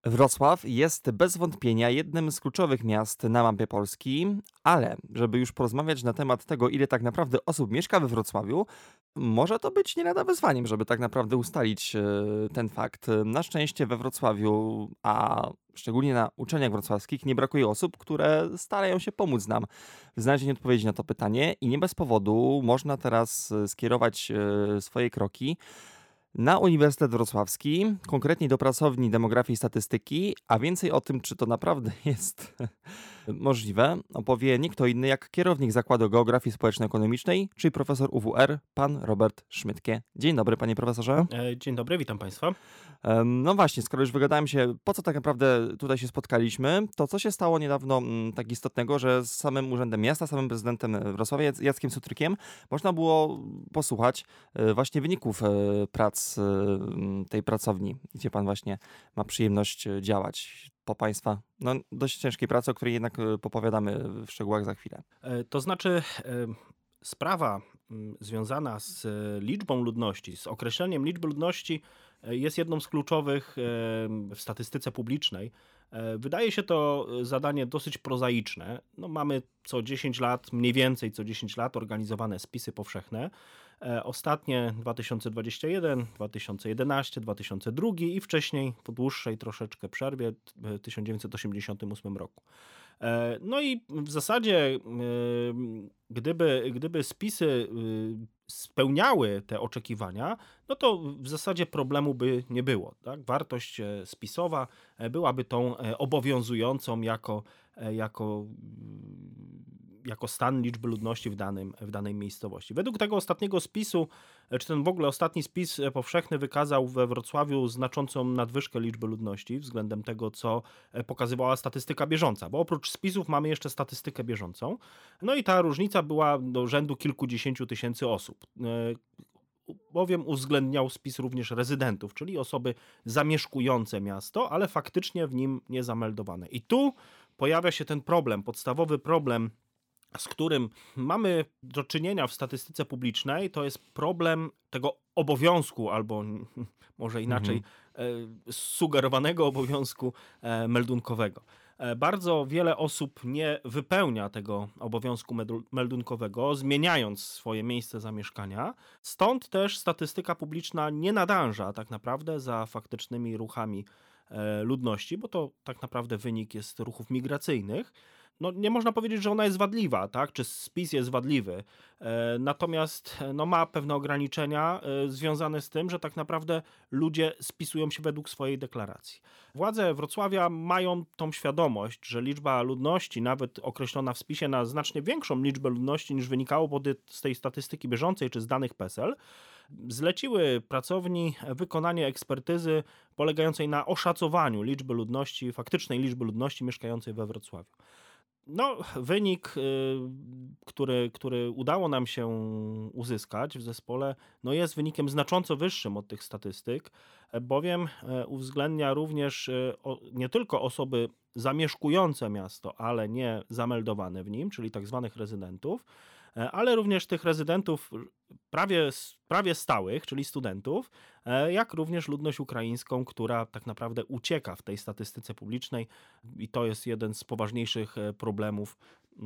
Wrocław jest bez wątpienia jednym z kluczowych miast na mapie Polski, ale żeby już porozmawiać na temat tego, ile tak naprawdę osób mieszka we Wrocławiu, może to być nie lada wyzwaniem, żeby tak naprawdę ustalić ten fakt. Na szczęście we Wrocławiu, a szczególnie na uczelniach wrocławskich, nie brakuje osób, które starają się pomóc nam w znalezieniu odpowiedzi na to pytanie i nie bez powodu można teraz skierować swoje kroki na Uniwersytet Wrocławski, konkretnie do pracowni demografii i statystyki, a więcej o tym, czy to naprawdę jest możliwe, opowie nie kto inny jak kierownik Zakładu Geografii Społeczno-Ekonomicznej, czyli profesor UWR, pan Robert Szmytkie. Dzień dobry, panie profesorze. Dzień dobry, witam Państwa. No właśnie, skoro już wygadałem się, po co tak naprawdę tutaj się spotkaliśmy, to co się stało niedawno tak istotnego, że z samym Urzędem Miasta, samym prezydentem Wrocławia, Jackiem Sutrykiem, można było posłuchać właśnie wyników prac tej pracowni, gdzie pan właśnie ma przyjemność działać. Po państwa dość ciężkiej pracy, o której jednak popowiadamy w szczegółach za chwilę. To znaczy, sprawa związana z liczbą ludności, z określeniem liczby ludności jest jedną z kluczowych w statystyce publicznej. Wydaje się to zadanie dosyć prozaiczne. Mamy co 10 lat, mniej więcej co 10 lat organizowane spisy powszechne. Ostatnie 2021, 2011, 2002 i wcześniej po dłuższej troszeczkę przerwie w 1988 roku. No i w zasadzie gdyby spisy spełniały te oczekiwania, no to w zasadzie problemu by nie było. Tak? Wartość spisowa byłaby tą obowiązującą jako stan liczby ludności w danej miejscowości. Według tego ostatniego spisu, czy ten w ogóle ostatni spis powszechny wykazał we Wrocławiu znaczącą nadwyżkę liczby ludności względem tego, co pokazywała statystyka bieżąca, bo oprócz spisów mamy jeszcze statystykę bieżącą. No i ta różnica była do rzędu kilkudziesięciu tysięcy osób. Bowiem uwzględniał spis również rezydentów, czyli osoby zamieszkujące miasto, ale faktycznie w nim nie zameldowane. I tu pojawia się ten problem, podstawowy problem, z którym mamy do czynienia w statystyce publicznej, to jest problem tego obowiązku, albo może inaczej sugerowanego obowiązku meldunkowego. Bardzo wiele osób nie wypełnia tego obowiązku meldunkowego, zmieniając swoje miejsce zamieszkania. Stąd też statystyka publiczna nie nadąża tak naprawdę za faktycznymi ruchami ludności, bo to tak naprawdę wynik jest ruchów migracyjnych. Nie można powiedzieć, że ona jest wadliwa, tak? Czy spis jest wadliwy. Natomiast ma pewne ograniczenia związane z tym, że tak naprawdę ludzie spisują się według swojej deklaracji. Władze Wrocławia mają tą świadomość, że liczba ludności, nawet określona w spisie na znacznie większą liczbę ludności niż wynikało z tej statystyki bieżącej czy z danych PESEL, zleciły pracowni wykonanie ekspertyzy polegającej na oszacowaniu liczby ludności, faktycznej liczby ludności mieszkającej we Wrocławiu. Wynik, który udało nam się uzyskać w zespole, jest wynikiem znacząco wyższym od tych statystyk, bowiem uwzględnia również nie tylko osoby zamieszkujące miasto, ale nie zameldowane w nim, czyli tak zwanych rezydentów, ale również tych rezydentów prawie stałych, czyli studentów, jak również ludność ukraińską, która tak naprawdę ucieka w tej statystyce publicznej i to jest jeden z poważniejszych problemów,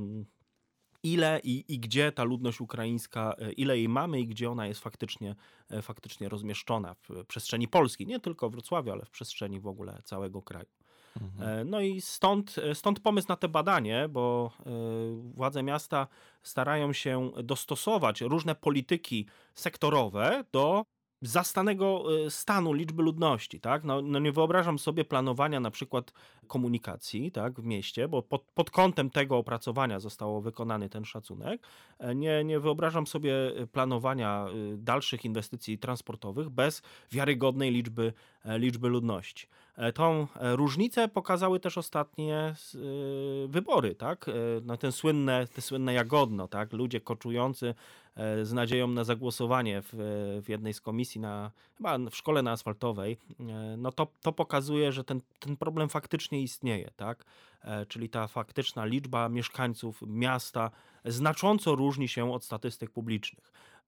ile i gdzie ta ludność ukraińska, ile jej mamy i gdzie ona jest faktycznie rozmieszczona w przestrzeni Polski, nie tylko w Wrocławiu, ale w przestrzeni w ogóle całego kraju. No i stąd pomysł na te badanie, bo władze miasta starają się dostosować różne polityki sektorowe do zastanego stanu liczby ludności, tak? Nie wyobrażam sobie planowania na przykład komunikacji, tak, w mieście, bo pod kątem tego opracowania został wykonany ten szacunek. Nie wyobrażam sobie planowania dalszych inwestycji transportowych bez wiarygodnej liczby ludności. Tą różnicę pokazały też ostatnie wybory, tak? Te słynne Jagodno, tak? Ludzie koczujący z nadzieją na zagłosowanie w jednej z komisji, chyba w szkole na Asfaltowej, to pokazuje, że ten problem faktycznie istnieje, tak? Czyli ta faktyczna liczba mieszkańców miasta znacząco różni się od statystyk publicznych.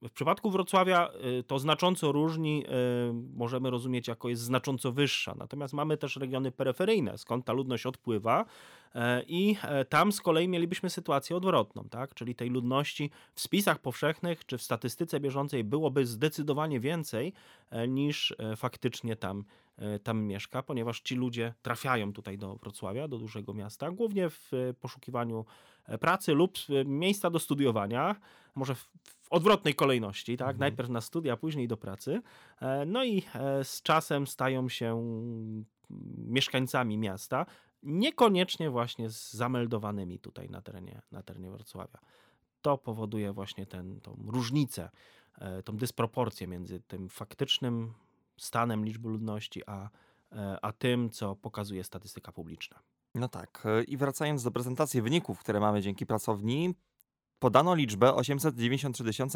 W przypadku Wrocławia to znacząco różni, możemy rozumieć jako jest znacząco wyższa. Natomiast mamy też regiony peryferyjne, skąd ta ludność odpływa i tam z kolei mielibyśmy sytuację odwrotną, tak? Czyli tej ludności w spisach powszechnych czy w statystyce bieżącej byłoby zdecydowanie więcej niż faktycznie tam mieszka, ponieważ ci ludzie trafiają tutaj do Wrocławia, do dużego miasta, głównie w poszukiwaniu pracy lub miejsca do studiowania, może w odwrotnej kolejności, tak? Najpierw na studia, później do pracy. No i z czasem stają się mieszkańcami miasta, niekoniecznie właśnie z zameldowanymi tutaj na terenie Wrocławia. To powoduje właśnie tą różnicę, tą dysproporcję między tym faktycznym stanem liczby ludności, a tym, co pokazuje statystyka publiczna. No tak. I wracając do prezentacji wyników, które mamy dzięki pracowni, podano liczbę 893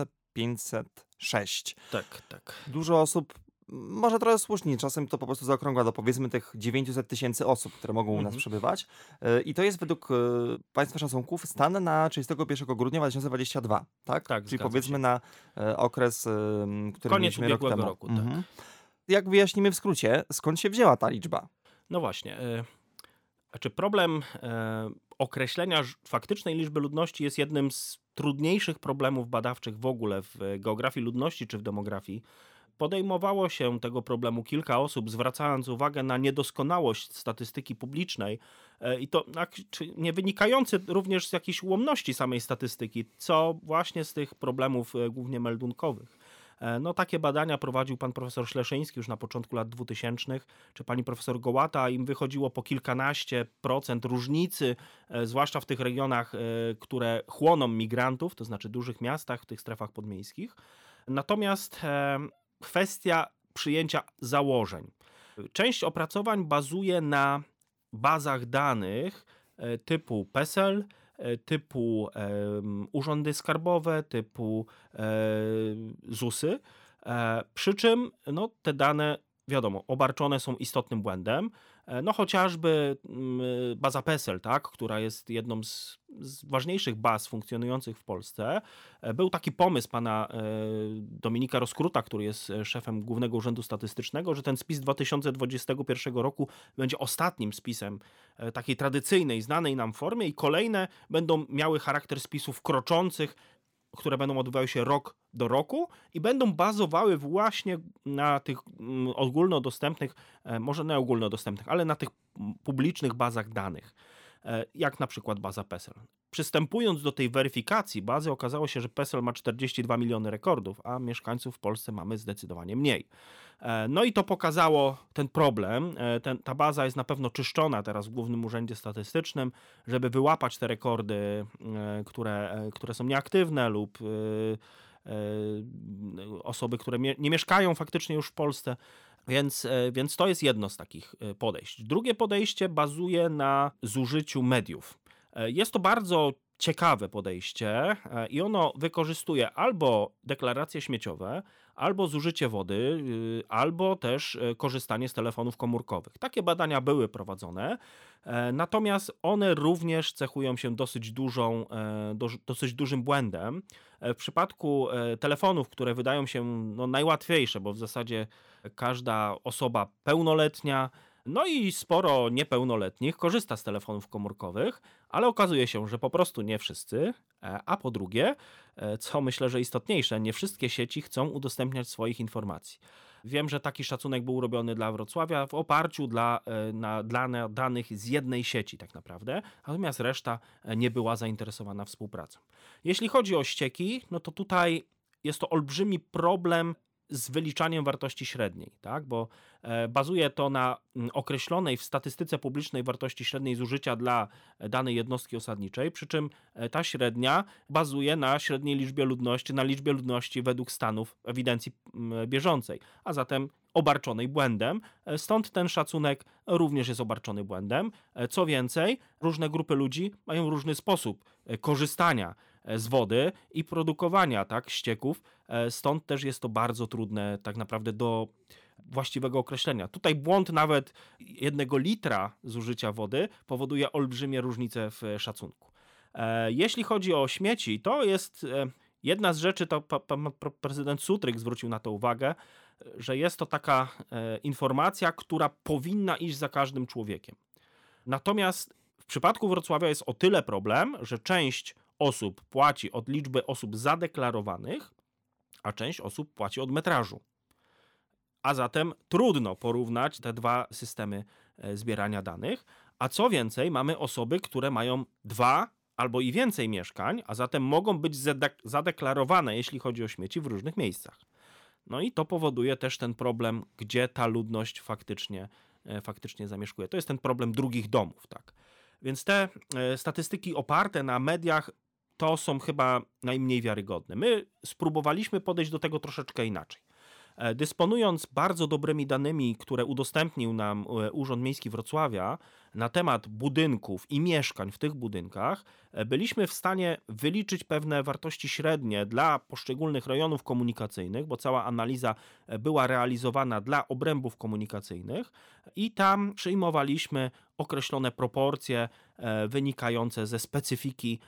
506. Tak. Dużo osób, może trochę słusznie, czasem to po prostu zaokrągla do powiedzmy tych 900 000 osób, które mogą u nas przebywać. I to jest według Państwa szacunków stan na 31 grudnia 2022, tak? Tak, czyli zgadza powiedzmy się. na okres, który Koniec mieliśmy rok ubiegłego temu. roku, tak. Jak wyjaśnimy w skrócie, skąd się wzięła ta liczba? No właśnie. Znaczy problem określenia faktycznej liczby ludności jest jednym z trudniejszych problemów badawczych w ogóle w geografii ludności czy w demografii. Podejmowało się tego problemu kilka osób, zwracając uwagę na niedoskonałość statystyki publicznej i to nie wynikające również z jakiejś ułomności samej statystyki, co właśnie z tych problemów głównie meldunkowych. No, takie badania prowadził pan profesor Śleszyński już na początku lat 2000, czy pani profesor Gołata, im wychodziło po kilkanaście procent różnicy, zwłaszcza w tych regionach, które chłoną migrantów, to znaczy dużych miastach, w tych strefach podmiejskich. Natomiast kwestia przyjęcia założeń. Część opracowań bazuje na bazach danych typu PESEL, typu urzędy skarbowe, typu ZUS-y, przy czym no, te dane, wiadomo, obarczone są istotnym błędem. No chociażby baza PESEL, tak, która jest jedną z ważniejszych baz funkcjonujących w Polsce. Był taki pomysł pana Dominika Roskruta, który jest szefem Głównego Urzędu Statystycznego, że ten spis 2021 roku będzie ostatnim spisem takiej tradycyjnej, znanej nam formie i kolejne będą miały charakter spisów kroczących, które będą odbywały się rok do roku i będą bazowały właśnie na tych ogólnodostępnych, może nie ogólnodostępnych, ale na tych publicznych bazach danych, jak na przykład baza PESEL. Przystępując do tej weryfikacji bazy, okazało się, że PESEL ma 42 miliony rekordów, a mieszkańców w Polsce mamy zdecydowanie mniej. No i to pokazało ten problem. Ta baza jest na pewno czyszczona teraz w Głównym Urzędzie Statystycznym, żeby wyłapać te rekordy, które są nieaktywne lub osoby, które nie mieszkają faktycznie już w Polsce. Więc to jest jedno z takich podejść. Drugie podejście bazuje na zużyciu mediów. Jest to bardzo ciekawe podejście i ono wykorzystuje albo deklaracje śmieciowe, albo zużycie wody, albo też korzystanie z telefonów komórkowych. Takie badania były prowadzone, natomiast one również cechują się dosyć dużym błędem. W przypadku telefonów, które wydają się najłatwiejsze, bo w zasadzie każda osoba pełnoletnia, no i sporo niepełnoletnich korzysta z telefonów komórkowych, ale okazuje się, że po prostu nie wszyscy, a po drugie, co myślę, że istotniejsze, nie wszystkie sieci chcą udostępniać swoich informacji. Wiem, że taki szacunek był robiony dla Wrocławia w oparciu na danych z jednej sieci tak naprawdę, natomiast reszta nie była zainteresowana współpracą. Jeśli chodzi o ścieki, no to tutaj jest to olbrzymi problem z wyliczaniem wartości średniej, tak? Bo bazuje to na określonej w statystyce publicznej wartości średniej zużycia dla danej jednostki osadniczej, przy czym ta średnia bazuje na średniej liczbie ludności, na liczbie ludności według stanów ewidencji bieżącej, a zatem obarczonej błędem. Stąd ten szacunek również jest obarczony błędem. Co więcej, różne grupy ludzi mają różny sposób korzystania z wody i produkowania ścieków. Stąd też jest to bardzo trudne tak naprawdę do właściwego określenia. Tutaj błąd nawet 1 litra zużycia wody powoduje olbrzymie różnice w szacunku. Jeśli chodzi o śmieci, to jest Jedna z rzeczy, to pan prezydent Sutryk zwrócił na to uwagę, że jest to taka informacja, która powinna iść za każdym człowiekiem. Natomiast w przypadku Wrocławia jest o tyle problem, że część osób płaci od liczby osób zadeklarowanych, a część osób płaci od metrażu. A zatem trudno porównać te dwa systemy zbierania danych, a co więcej, mamy osoby, które mają 2 albo i więcej mieszkań, a zatem mogą być zadeklarowane, jeśli chodzi o śmieci, w różnych miejscach. No i to powoduje też ten problem, gdzie ta ludność faktycznie zamieszkuje. To jest ten problem drugich domów, tak. Więc te statystyki oparte na mediach to są chyba najmniej wiarygodne. My spróbowaliśmy podejść do tego troszeczkę inaczej. Dysponując bardzo dobrymi danymi, które udostępnił nam Urząd Miejski Wrocławia na temat budynków i mieszkań w tych budynkach, byliśmy w stanie wyliczyć pewne wartości średnie dla poszczególnych rejonów komunikacyjnych, bo cała analiza była realizowana dla obrębów komunikacyjnych i tam przyjmowaliśmy określone proporcje wynikające ze specyfiki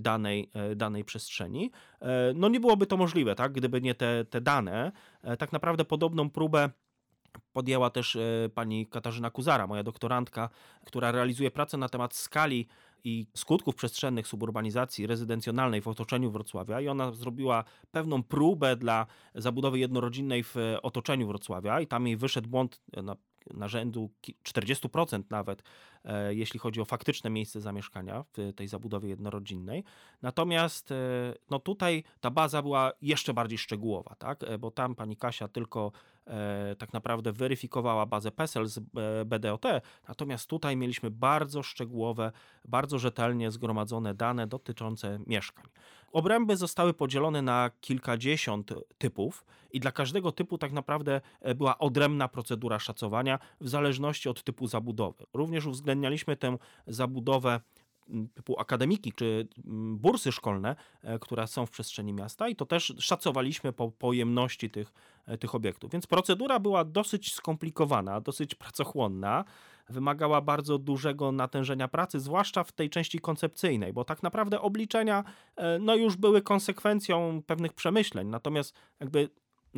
danej przestrzeni. No nie byłoby to możliwe, tak, gdyby nie te dane. Tak naprawdę podobną próbę podjęła też pani Katarzyna Kuzara, moja doktorantka, która realizuje pracę na temat skali i skutków przestrzennych suburbanizacji rezydencjonalnej w otoczeniu Wrocławia i ona zrobiła pewną próbę dla zabudowy jednorodzinnej w otoczeniu Wrocławia i tam jej wyszedł błąd na rzędu 40% nawet, jeśli chodzi o faktyczne miejsce zamieszkania w tej zabudowie jednorodzinnej. Natomiast no tutaj ta baza była jeszcze bardziej szczegółowa, tak? Bo tam pani Kasia tylko tak naprawdę weryfikowała bazę PESEL z BDOT, natomiast tutaj mieliśmy bardzo szczegółowe, bardzo rzetelnie zgromadzone dane dotyczące mieszkań. Obręby zostały podzielone na kilkadziesiąt typów i dla każdego typu tak naprawdę była odrębna procedura szacowania w zależności od typu zabudowy. Również uwzględnialiśmy tę zabudowę typu akademiki czy bursy szkolne, które są w przestrzeni miasta i to też szacowaliśmy po pojemności tych obiektów. Więc procedura była dosyć skomplikowana, dosyć pracochłonna, wymagała bardzo dużego natężenia pracy, zwłaszcza w tej części koncepcyjnej, bo tak naprawdę obliczenia no już były konsekwencją pewnych przemyśleń, natomiast jakby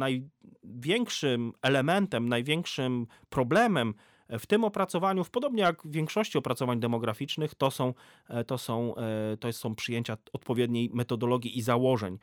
największym elementem, największym problemem w tym opracowaniu, podobnie jak w większości opracowań demograficznych, to są przyjęcia odpowiedniej metodologii i założeń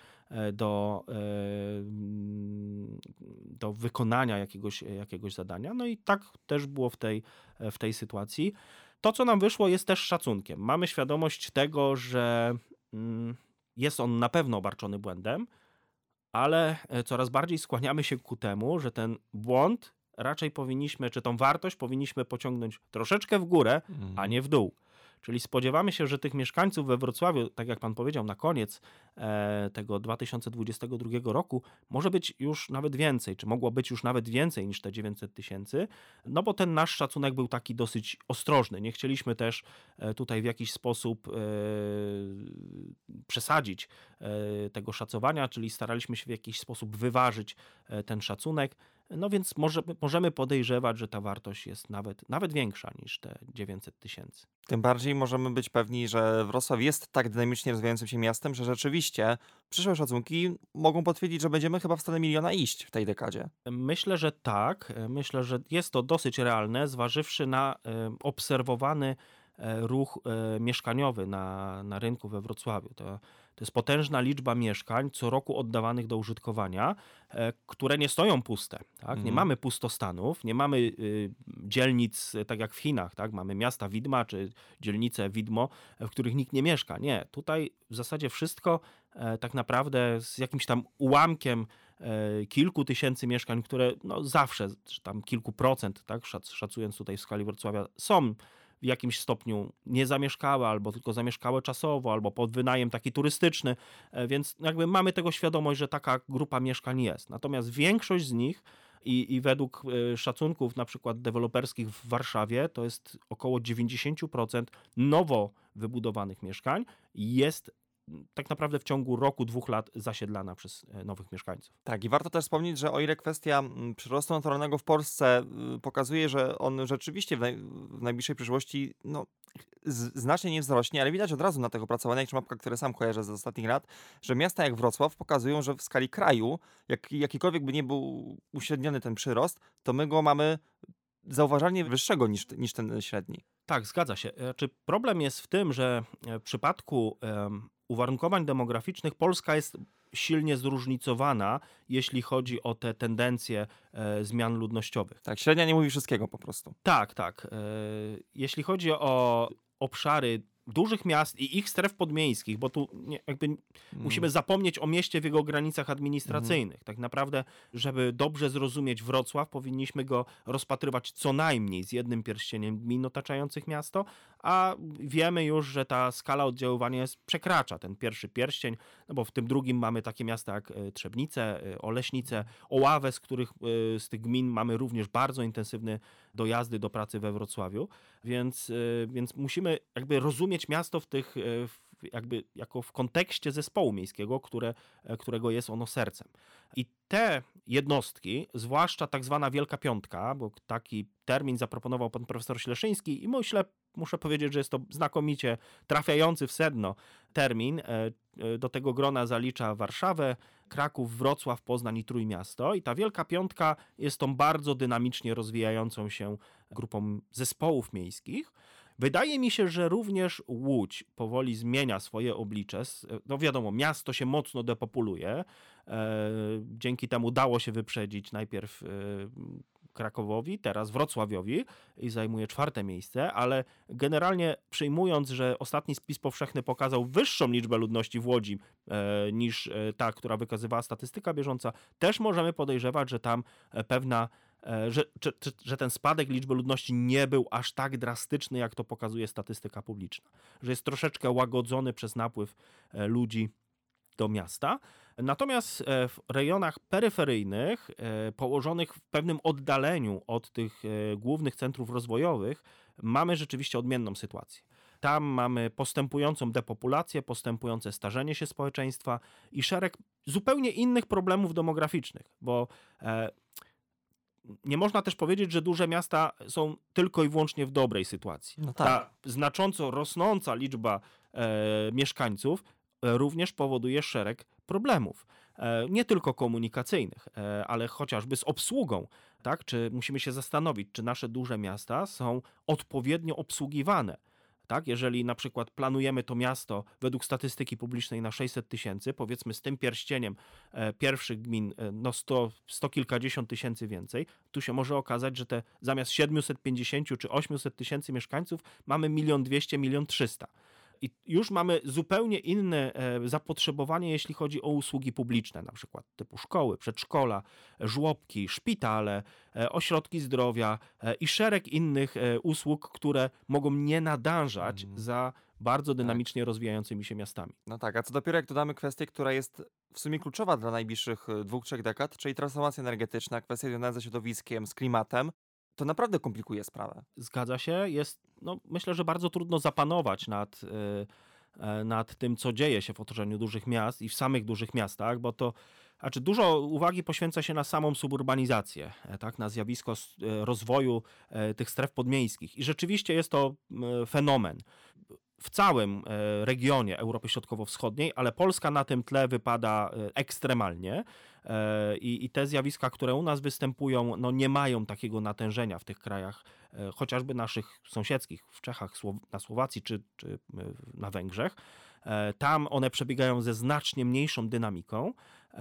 do wykonania jakiegoś zadania. No i tak też było w tej sytuacji. To, co nam wyszło, jest też szacunkiem. Mamy świadomość tego, że jest on na pewno obarczony błędem, ale coraz bardziej skłaniamy się ku temu, że ten błąd raczej powinniśmy, czy tą wartość powinniśmy pociągnąć troszeczkę w górę, a nie w dół. Czyli spodziewamy się, że tych mieszkańców we Wrocławiu, tak jak pan powiedział, na koniec tego 2022 roku może być już nawet więcej, czy mogło być już nawet więcej niż te 900 000, no bo ten nasz szacunek był taki dosyć ostrożny. Nie chcieliśmy też tutaj w jakiś sposób przesadzić tego szacowania, czyli staraliśmy się w jakiś sposób wyważyć ten szacunek. No więc możemy podejrzewać, że ta wartość jest nawet większa niż te 900 000. Tym bardziej możemy być pewni, że Wrocław jest tak dynamicznie rozwijającym się miastem, że rzeczywiście przyszłe szacunki mogą potwierdzić, że będziemy chyba w stronę 1 000 000 iść w tej dekadzie. Myślę, że tak. Myślę, że jest to dosyć realne, zważywszy na obserwowany ruch mieszkaniowy na rynku we Wrocławiu. To jest potężna liczba mieszkań co roku oddawanych do użytkowania, które nie stoją puste. Tak? Nie mamy pustostanów, nie mamy dzielnic tak jak w Chinach. Tak? Mamy miasta widma czy dzielnice widmo, w których nikt nie mieszka. Nie, tutaj w zasadzie wszystko tak naprawdę z jakimś tam ułamkiem kilku tysięcy mieszkań, które no zawsze, czy tam kilku procent, tak? Szacując tutaj w skali Wrocławia, są w jakimś stopniu niezamieszkałe, albo tylko zamieszkałe czasowo, albo pod wynajem taki turystyczny, więc jakby mamy tego świadomość, że taka grupa mieszkań jest. Natomiast większość z nich i według szacunków na przykład deweloperskich w Warszawie to jest około 90% nowo wybudowanych mieszkań jest tak naprawdę w ciągu roku, 2 lat zasiedlana przez nowych mieszkańców. Tak, i warto też wspomnieć, że o ile kwestia przyrostu naturalnego w Polsce pokazuje, że on rzeczywiście w najbliższej przyszłości znacznie nie wzrośnie, ale widać od razu na tych opracowaniach czy mapkach, które sam kojarzę z ostatnich lat, że miasta jak Wrocław pokazują, że w skali kraju, jakikolwiek by nie był uśredniony ten przyrost, to my go mamy zauważalnie wyższego niż ten średni. Tak, zgadza się. Problem jest w tym, że w przypadku uwarunkowań demograficznych Polska jest silnie zróżnicowana, jeśli chodzi o te tendencje zmian ludnościowych. Tak, średnia nie mówi wszystkiego po prostu. Tak. Jeśli chodzi o obszary dużych miast i ich stref podmiejskich, bo tu musimy zapomnieć o mieście w jego granicach administracyjnych. Tak naprawdę, żeby dobrze zrozumieć Wrocław, powinniśmy go rozpatrywać co najmniej z jednym pierścieniem gmin otaczających miasto, a wiemy już, że ta skala oddziaływania przekracza ten pierwszy pierścień, no bo w tym drugim mamy takie miasta jak Trzebnice, Oleśnice, Oławę, z tych gmin mamy również bardzo intensywne dojazdy do pracy we Wrocławiu, więc musimy rozumieć miasto jako w kontekście zespołu miejskiego, którego jest ono sercem. I te jednostki, zwłaszcza tak zwana Wielka Piątka, bo taki termin zaproponował pan profesor Śleszyński i muszę powiedzieć, że jest to znakomicie trafiający w sedno termin. Do tego grona zalicza Warszawę, Kraków, Wrocław, Poznań i Trójmiasto. I ta Wielka Piątka jest tą bardzo dynamicznie rozwijającą się grupą zespołów miejskich. Wydaje mi się, że również Łódź powoli zmienia swoje oblicze. No wiadomo, miasto się mocno depopuluje. Dzięki temu dało się wyprzedzić najpierw Krakowowi, teraz Wrocławiowi i zajmuje 4. miejsce, ale generalnie przyjmując, że ostatni spis powszechny pokazał wyższą liczbę ludności w Łodzi niż ta, która wykazywała statystyka bieżąca, też możemy podejrzewać, że tam że ten spadek liczby ludności nie był aż tak drastyczny, jak to pokazuje statystyka publiczna. Że jest troszeczkę łagodzony przez napływ ludzi do miasta. Natomiast w rejonach peryferyjnych, położonych w pewnym oddaleniu od tych głównych centrów rozwojowych, mamy rzeczywiście odmienną sytuację. Tam mamy postępującą depopulację, postępujące starzenie się społeczeństwa i szereg zupełnie innych problemów demograficznych, bo nie można też powiedzieć, że duże miasta są tylko i wyłącznie w dobrej sytuacji. No tak. Ta znacząco rosnąca liczba mieszkańców również powoduje szereg problemów. Nie tylko komunikacyjnych, ale chociażby z obsługą. Tak? Czy musimy się zastanowić, czy nasze duże miasta są odpowiednio obsługiwane. Tak? Jeżeli na przykład planujemy to miasto według statystyki publicznej na 600 000, powiedzmy z tym pierścieniem pierwszych gmin 100 kilkadziesiąt tysięcy więcej, tu się może okazać, że zamiast 750 czy 800 tysięcy mieszkańców mamy 1 200 000, 1 300 000. I już mamy zupełnie inne zapotrzebowanie, jeśli chodzi o usługi publiczne, na przykład typu szkoły, przedszkola, żłobki, szpitale, ośrodki zdrowia i szereg innych usług, które mogą nie nadążać za bardzo dynamicznie rozwijającymi się miastami. No tak, a co dopiero jak dodamy kwestię, która jest w sumie kluczowa dla najbliższych 2-3 dekad, czyli transformacja energetyczna, kwestia związana ze środowiskiem, z klimatem, to naprawdę komplikuje sprawę. Zgadza się. Myślę, że bardzo trudno zapanować nad tym, co dzieje się w otoczeniu dużych miast i w samych dużych miastach, bo dużo uwagi poświęca się na samą suburbanizację, tak, na zjawisko rozwoju tych stref podmiejskich. I rzeczywiście jest to fenomen w całym regionie Europy Środkowo-Wschodniej, ale Polska na tym tle wypada ekstremalnie i te zjawiska, które u nas występują, nie mają takiego natężenia w tych krajach, chociażby naszych sąsiedzkich, w Czechach, na Słowacji czy na Węgrzech. Tam one przebiegają ze znacznie mniejszą dynamiką.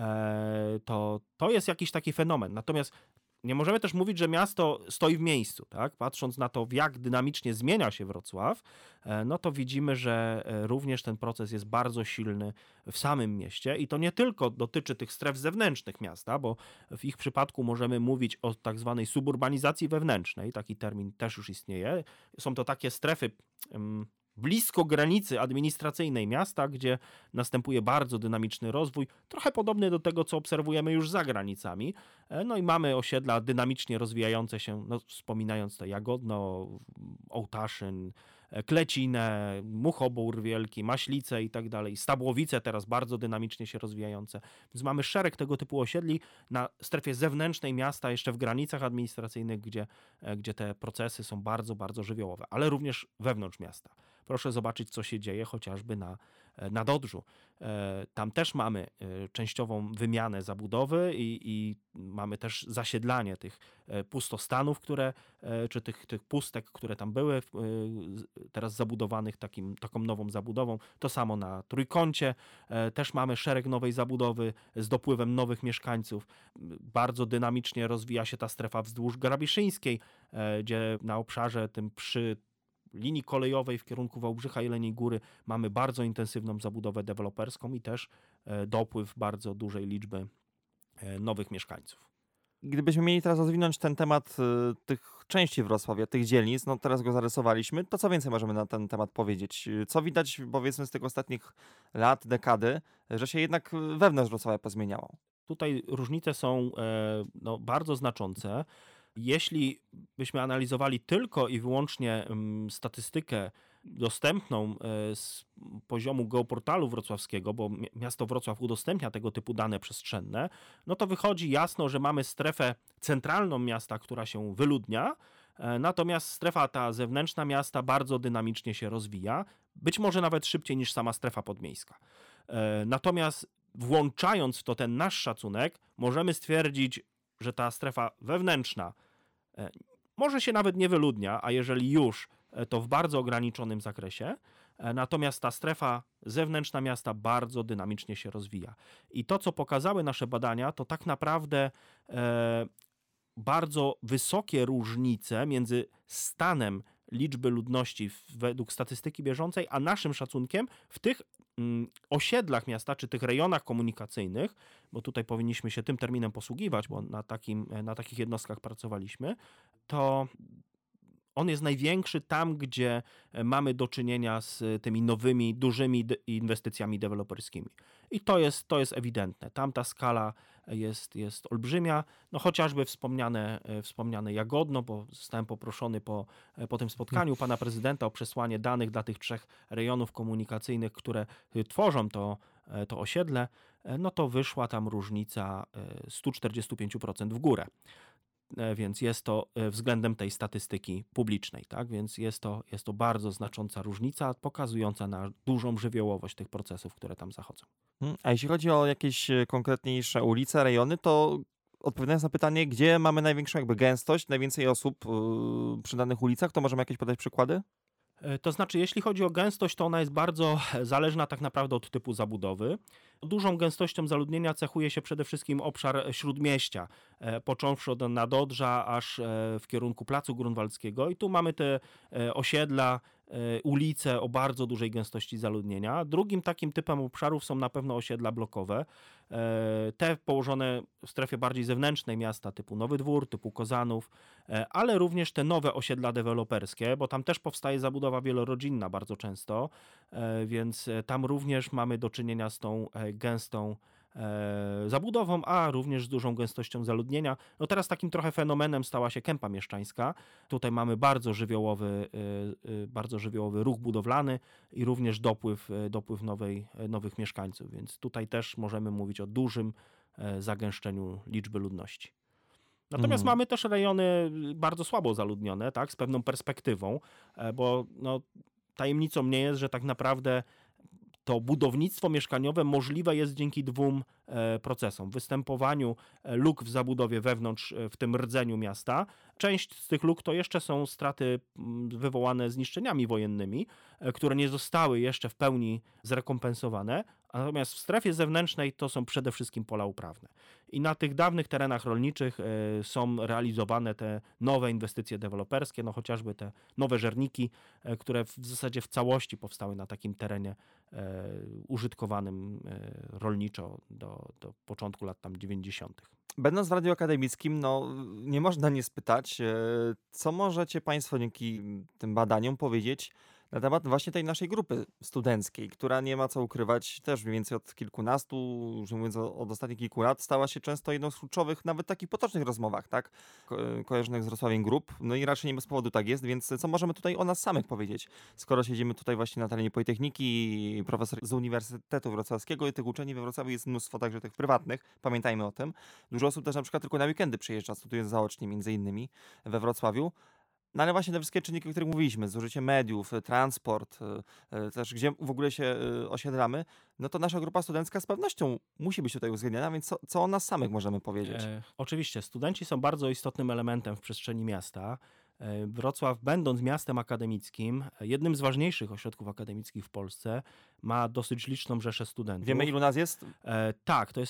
To jest jakiś taki fenomen. Natomiast nie możemy też mówić, że miasto stoi w miejscu. Tak? Patrząc na to, w jak dynamicznie zmienia się Wrocław, to widzimy, że również ten proces jest bardzo silny w samym mieście i to nie tylko dotyczy tych stref zewnętrznych miasta, bo w ich przypadku możemy mówić o tak zwanej suburbanizacji wewnętrznej. Taki termin też już istnieje. Są to takie strefy blisko granicy administracyjnej miasta, gdzie następuje bardzo dynamiczny rozwój, trochę podobny do tego, co obserwujemy już za granicami. No i mamy osiedla dynamicznie rozwijające się, no, wspominając to Jagodno, Ołtaszyn, Klecinę, Muchobór Wielki, Maślice i tak dalej, Stabłowice teraz bardzo dynamicznie się rozwijające. Więc mamy szereg tego typu osiedli na strefie zewnętrznej miasta, jeszcze w granicach administracyjnych, gdzie te procesy są bardzo, bardzo żywiołowe, ale również wewnątrz miasta. Proszę zobaczyć, co się dzieje chociażby na Dodrzu. Tam też mamy częściową wymianę zabudowy i mamy też zasiedlanie tych pustostanów, czy tych pustek, które tam były, teraz zabudowanych taką nową zabudową. To samo na Trójkącie. Też mamy szereg nowej zabudowy z dopływem nowych mieszkańców. Bardzo dynamicznie rozwija się ta strefa wzdłuż Grabiszyńskiej, gdzie na obszarze tym przy linii kolejowej w kierunku Wałbrzycha Jeleniej Góry mamy bardzo intensywną zabudowę deweloperską i też dopływ bardzo dużej liczby nowych mieszkańców. Gdybyśmy mieli teraz rozwinąć ten temat tych części Wrocławia, tych dzielnic, no teraz go zarysowaliśmy, to co więcej możemy na ten temat powiedzieć? Co widać, powiedzmy, z tych ostatnich lat, dekady, że się jednak wewnątrz Wrocławia pozmieniało? Tutaj różnice są bardzo znaczące. Jeśli byśmy analizowali tylko i wyłącznie statystykę dostępną z poziomu geoportalu wrocławskiego, bo miasto Wrocław udostępnia tego typu dane przestrzenne, no to wychodzi jasno, że mamy strefę centralną miasta, która się wyludnia, natomiast strefa ta zewnętrzna miasta bardzo dynamicznie się rozwija, być może nawet szybciej niż sama strefa podmiejska. Natomiast włączając w to ten nasz szacunek, możemy stwierdzić, że ta strefa wewnętrzna może się nawet nie wyludnia, a jeżeli już, to w bardzo ograniczonym zakresie. Natomiast ta strefa zewnętrzna miasta bardzo dynamicznie się rozwija. I to, co pokazały nasze badania, to tak naprawdę bardzo wysokie różnice między stanem liczby ludności według statystyki bieżącej, a naszym szacunkiem w tych osiedlach miasta, czy tych rejonach komunikacyjnych, bo tutaj powinniśmy się tym terminem posługiwać, bo na takich jednostkach pracowaliśmy, to on jest największy tam, gdzie mamy do czynienia z tymi nowymi, dużymi inwestycjami deweloperskimi. I to jest ewidentne. Tam ta skala jest olbrzymia. No chociażby wspomniane Jagodno, bo zostałem poproszony po tym spotkaniu pana prezydenta o przesłanie danych dla tych 3 rejonów komunikacyjnych, które tworzą to osiedle, no to wyszła tam różnica 145% w górę. Więc jest to względem tej statystyki publicznej, tak? Więc jest to bardzo znacząca różnica, pokazująca na dużą żywiołowość tych procesów, które tam zachodzą. A jeśli chodzi o jakieś konkretniejsze ulice, rejony, to odpowiadając na pytanie, gdzie mamy największą gęstość, najwięcej osób przy danych ulicach, to możemy jakieś podać przykłady? To znaczy, jeśli chodzi o gęstość, to ona jest bardzo zależna tak naprawdę od typu zabudowy. Dużą gęstością zaludnienia cechuje się przede wszystkim obszar Śródmieścia, począwszy od Nadodrza aż w kierunku Placu Grunwaldzkiego i tu mamy te osiedla, ulice o bardzo dużej gęstości zaludnienia. Drugim takim typem obszarów są na pewno osiedla blokowe, te położone w strefie bardziej zewnętrznej miasta typu Nowy Dwór, typu Kozanów, ale również te nowe osiedla deweloperskie, bo tam też powstaje zabudowa wielorodzinna bardzo często, więc tam również mamy do czynienia z tą gęstą zabudową, a również z dużą gęstością zaludnienia. No teraz takim trochę fenomenem stała się Kępa Mieszczańska. Tutaj mamy bardzo żywiołowy ruch budowlany i również dopływ nowych mieszkańców, więc tutaj też możemy mówić o dużym zagęszczeniu liczby ludności. Natomiast mamy też rejony bardzo słabo zaludnione, tak, z pewną perspektywą, bo tajemnicą nie jest, że tak naprawdę to budownictwo mieszkaniowe możliwe jest dzięki 2 procesom. Występowaniu luk w zabudowie wewnątrz, w tym rdzeniu miasta. Część z tych luk to jeszcze są straty wywołane zniszczeniami wojennymi, które nie zostały jeszcze w pełni zrekompensowane, natomiast w strefie zewnętrznej to są przede wszystkim pola uprawne. I na tych dawnych terenach rolniczych są realizowane te nowe inwestycje deweloperskie, no chociażby te nowe żerniki, które w zasadzie w całości powstały na takim terenie użytkowanym rolniczo do początku lat tam 90. Będąc w Radiu Akademickim, nie można nie spytać, co możecie Państwo dzięki tym badaniom powiedzieć Na temat właśnie tej naszej grupy studenckiej, która nie ma co ukrywać, też mniej więcej od kilkunastu, już nie mówiąc od ostatnich kilku lat, stała się często jedną z kluczowych, nawet takich potocznych rozmowach, tak? Kojarzonych z Wrocławiem grup. No i raczej nie bez powodu tak jest, więc co możemy tutaj o nas samych powiedzieć? Skoro siedzimy tutaj właśnie na terenie Politechniki, profesor z Uniwersytetu Wrocławskiego i tych uczelni we Wrocławiu jest mnóstwo także tych prywatnych, pamiętajmy o tym. Dużo osób też na przykład tylko na weekendy przyjeżdża, studiując zaocznie między innymi we Wrocławiu. No ale właśnie te wszystkie czynniki, o których mówiliśmy, zużycie mediów, transport, też gdzie w ogóle się osiedlamy, no to nasza grupa studencka z pewnością musi być tutaj uwzględniona, więc co o nas samych możemy powiedzieć? Oczywiście, studenci są bardzo istotnym elementem w przestrzeni miasta. Wrocław, będąc miastem akademickim, jednym z ważniejszych ośrodków akademickich w Polsce, ma dosyć liczną rzeszę studentów. Wiemy, ilu nas jest? Tak, to jest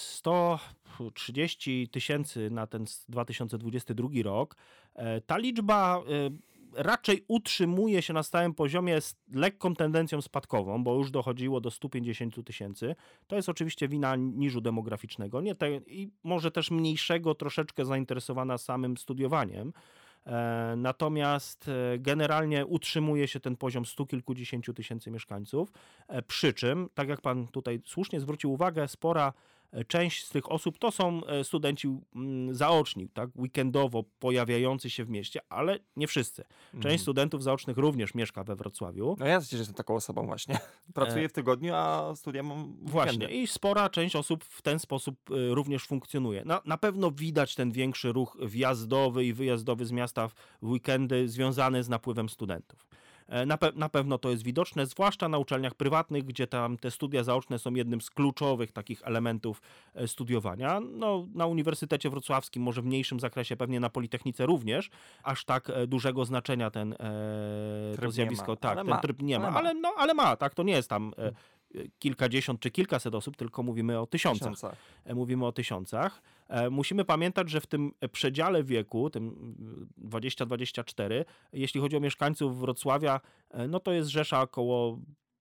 130 000 na ten 2022 rok. Ta liczba raczej utrzymuje się na stałym poziomie z lekką tendencją spadkową, bo już dochodziło do 150 000. To jest oczywiście wina niżu demograficznego i może też mniejszego troszeczkę zainteresowana samym studiowaniem. Natomiast generalnie utrzymuje się ten poziom 100 kilkudziesięciu tysięcy mieszkańców, przy czym, tak jak pan tutaj słusznie zwrócił uwagę, spora część z tych osób to są studenci zaoczni, tak, weekendowo pojawiający się w mieście, ale nie wszyscy. Część studentów zaocznych również mieszka we Wrocławiu. No ja przecież jestem taką osobą właśnie. Pracuję w tygodniu, a studia mam w weekendy. Właśnie i spora część osób w ten sposób również funkcjonuje. Na pewno widać ten większy ruch wjazdowy i wyjazdowy z miasta w weekendy związany z napływem studentów. Na pewno to jest widoczne, zwłaszcza na uczelniach prywatnych, gdzie tam te studia zaoczne są jednym z kluczowych takich elementów studiowania. No, na Uniwersytecie Wrocławskim, może w mniejszym zakresie, pewnie na Politechnice również, aż tak dużego znaczenia to zjawisko, ten tryb nie ma, ale ma, tak, to nie jest tam kilkadziesiąt czy kilkaset osób, tylko mówimy o tysiącach. Mówimy o tysiącach. Musimy pamiętać, że w tym przedziale wieku, tym 20-24, jeśli chodzi o mieszkańców Wrocławia, no to jest rzesza około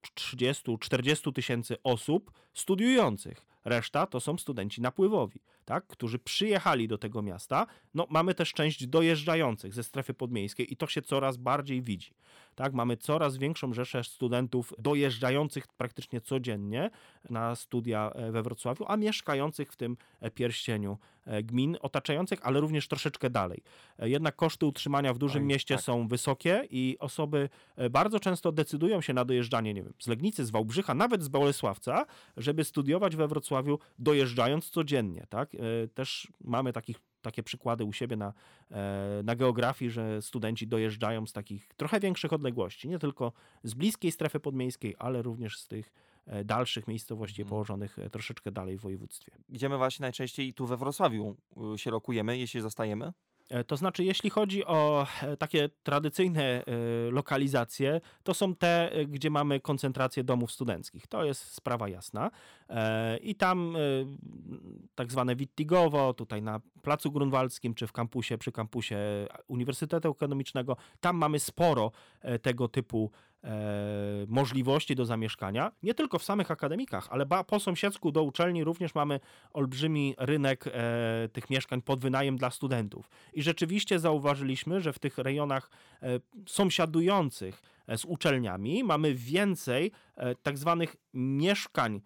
30-40 tysięcy osób studiujących. Reszta to są studenci napływowi, tak, którzy przyjechali do tego miasta. No, mamy też część dojeżdżających ze strefy podmiejskiej i to się coraz bardziej widzi. Tak, mamy coraz większą rzeszę studentów dojeżdżających praktycznie codziennie na studia we Wrocławiu, a mieszkających w tym pierścieniu gmin otaczających, ale również troszeczkę dalej. Jednak koszty utrzymania w dużym mieście są wysokie i osoby bardzo często decydują się na dojeżdżanie, nie wiem, z Legnicy, z Wałbrzycha, nawet z Bolesławca, żeby studiować we Wrocławiu, dojeżdżając codziennie. Tak? Też mamy takie przykłady u siebie na geografii, że studenci dojeżdżają z takich trochę większych odległości, nie tylko z bliskiej strefy podmiejskiej, ale również z tych dalszych miejscowości położonych troszeczkę dalej w województwie. Gdzie my właśnie najczęściej tu we Wrocławiu się lokujemy, jeśli zostajemy? To znaczy, jeśli chodzi o takie tradycyjne lokalizacje, to są te, gdzie mamy koncentrację domów studenckich. To jest sprawa jasna. I tam tak zwane Wittigowo, tutaj na Placu Grunwaldzkim, czy przy kampusie Uniwersytetu Ekonomicznego, tam mamy sporo tego typu możliwości do zamieszkania, nie tylko w samych akademikach, ale po sąsiedzku do uczelni również mamy olbrzymi rynek tych mieszkań pod wynajem dla studentów. I rzeczywiście zauważyliśmy, że w tych rejonach sąsiadujących z uczelniami mamy więcej tak zwanych mieszkań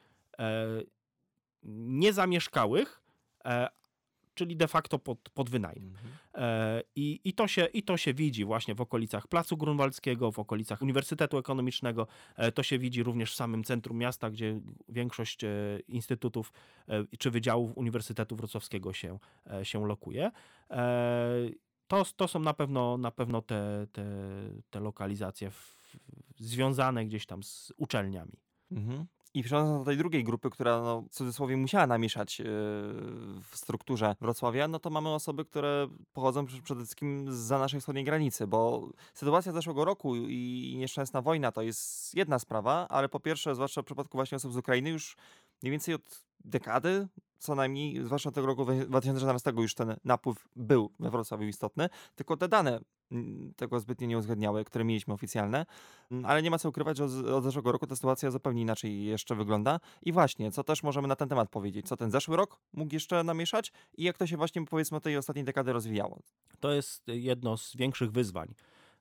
niezamieszkałych, czyli de facto pod wynajem. I to się widzi właśnie w okolicach Placu Grunwaldzkiego, w okolicach Uniwersytetu Ekonomicznego. To się widzi również w samym centrum miasta, gdzie większość instytutów czy wydziałów Uniwersytetu Wrocławskiego się lokuje. To są na pewno te lokalizacje związane gdzieś tam z uczelniami. I przechodząc do tej drugiej grupy, która w cudzysłowie musiała namieszać w strukturze Wrocławia, no to mamy osoby, które pochodzą przede wszystkim zza naszej wschodniej granicy, bo sytuacja z zeszłego roku i nieszczęsna wojna to jest jedna sprawa, ale po pierwsze, zwłaszcza w przypadku właśnie osób z Ukrainy, już mniej więcej od dekady, co najmniej, zwłaszcza od tego roku 2014 już ten napływ był we Wrocławiu istotny, tylko te dane tego zbytnio nie uwzględniały, które mieliśmy oficjalne, ale nie ma co ukrywać, że od zeszłego roku ta sytuacja zupełnie inaczej jeszcze wygląda. I właśnie, co też możemy na ten temat powiedzieć? Co ten zeszły rok mógł jeszcze namieszać i jak to się właśnie, powiedzmy, tej ostatniej dekady rozwijało? To jest jedno z większych wyzwań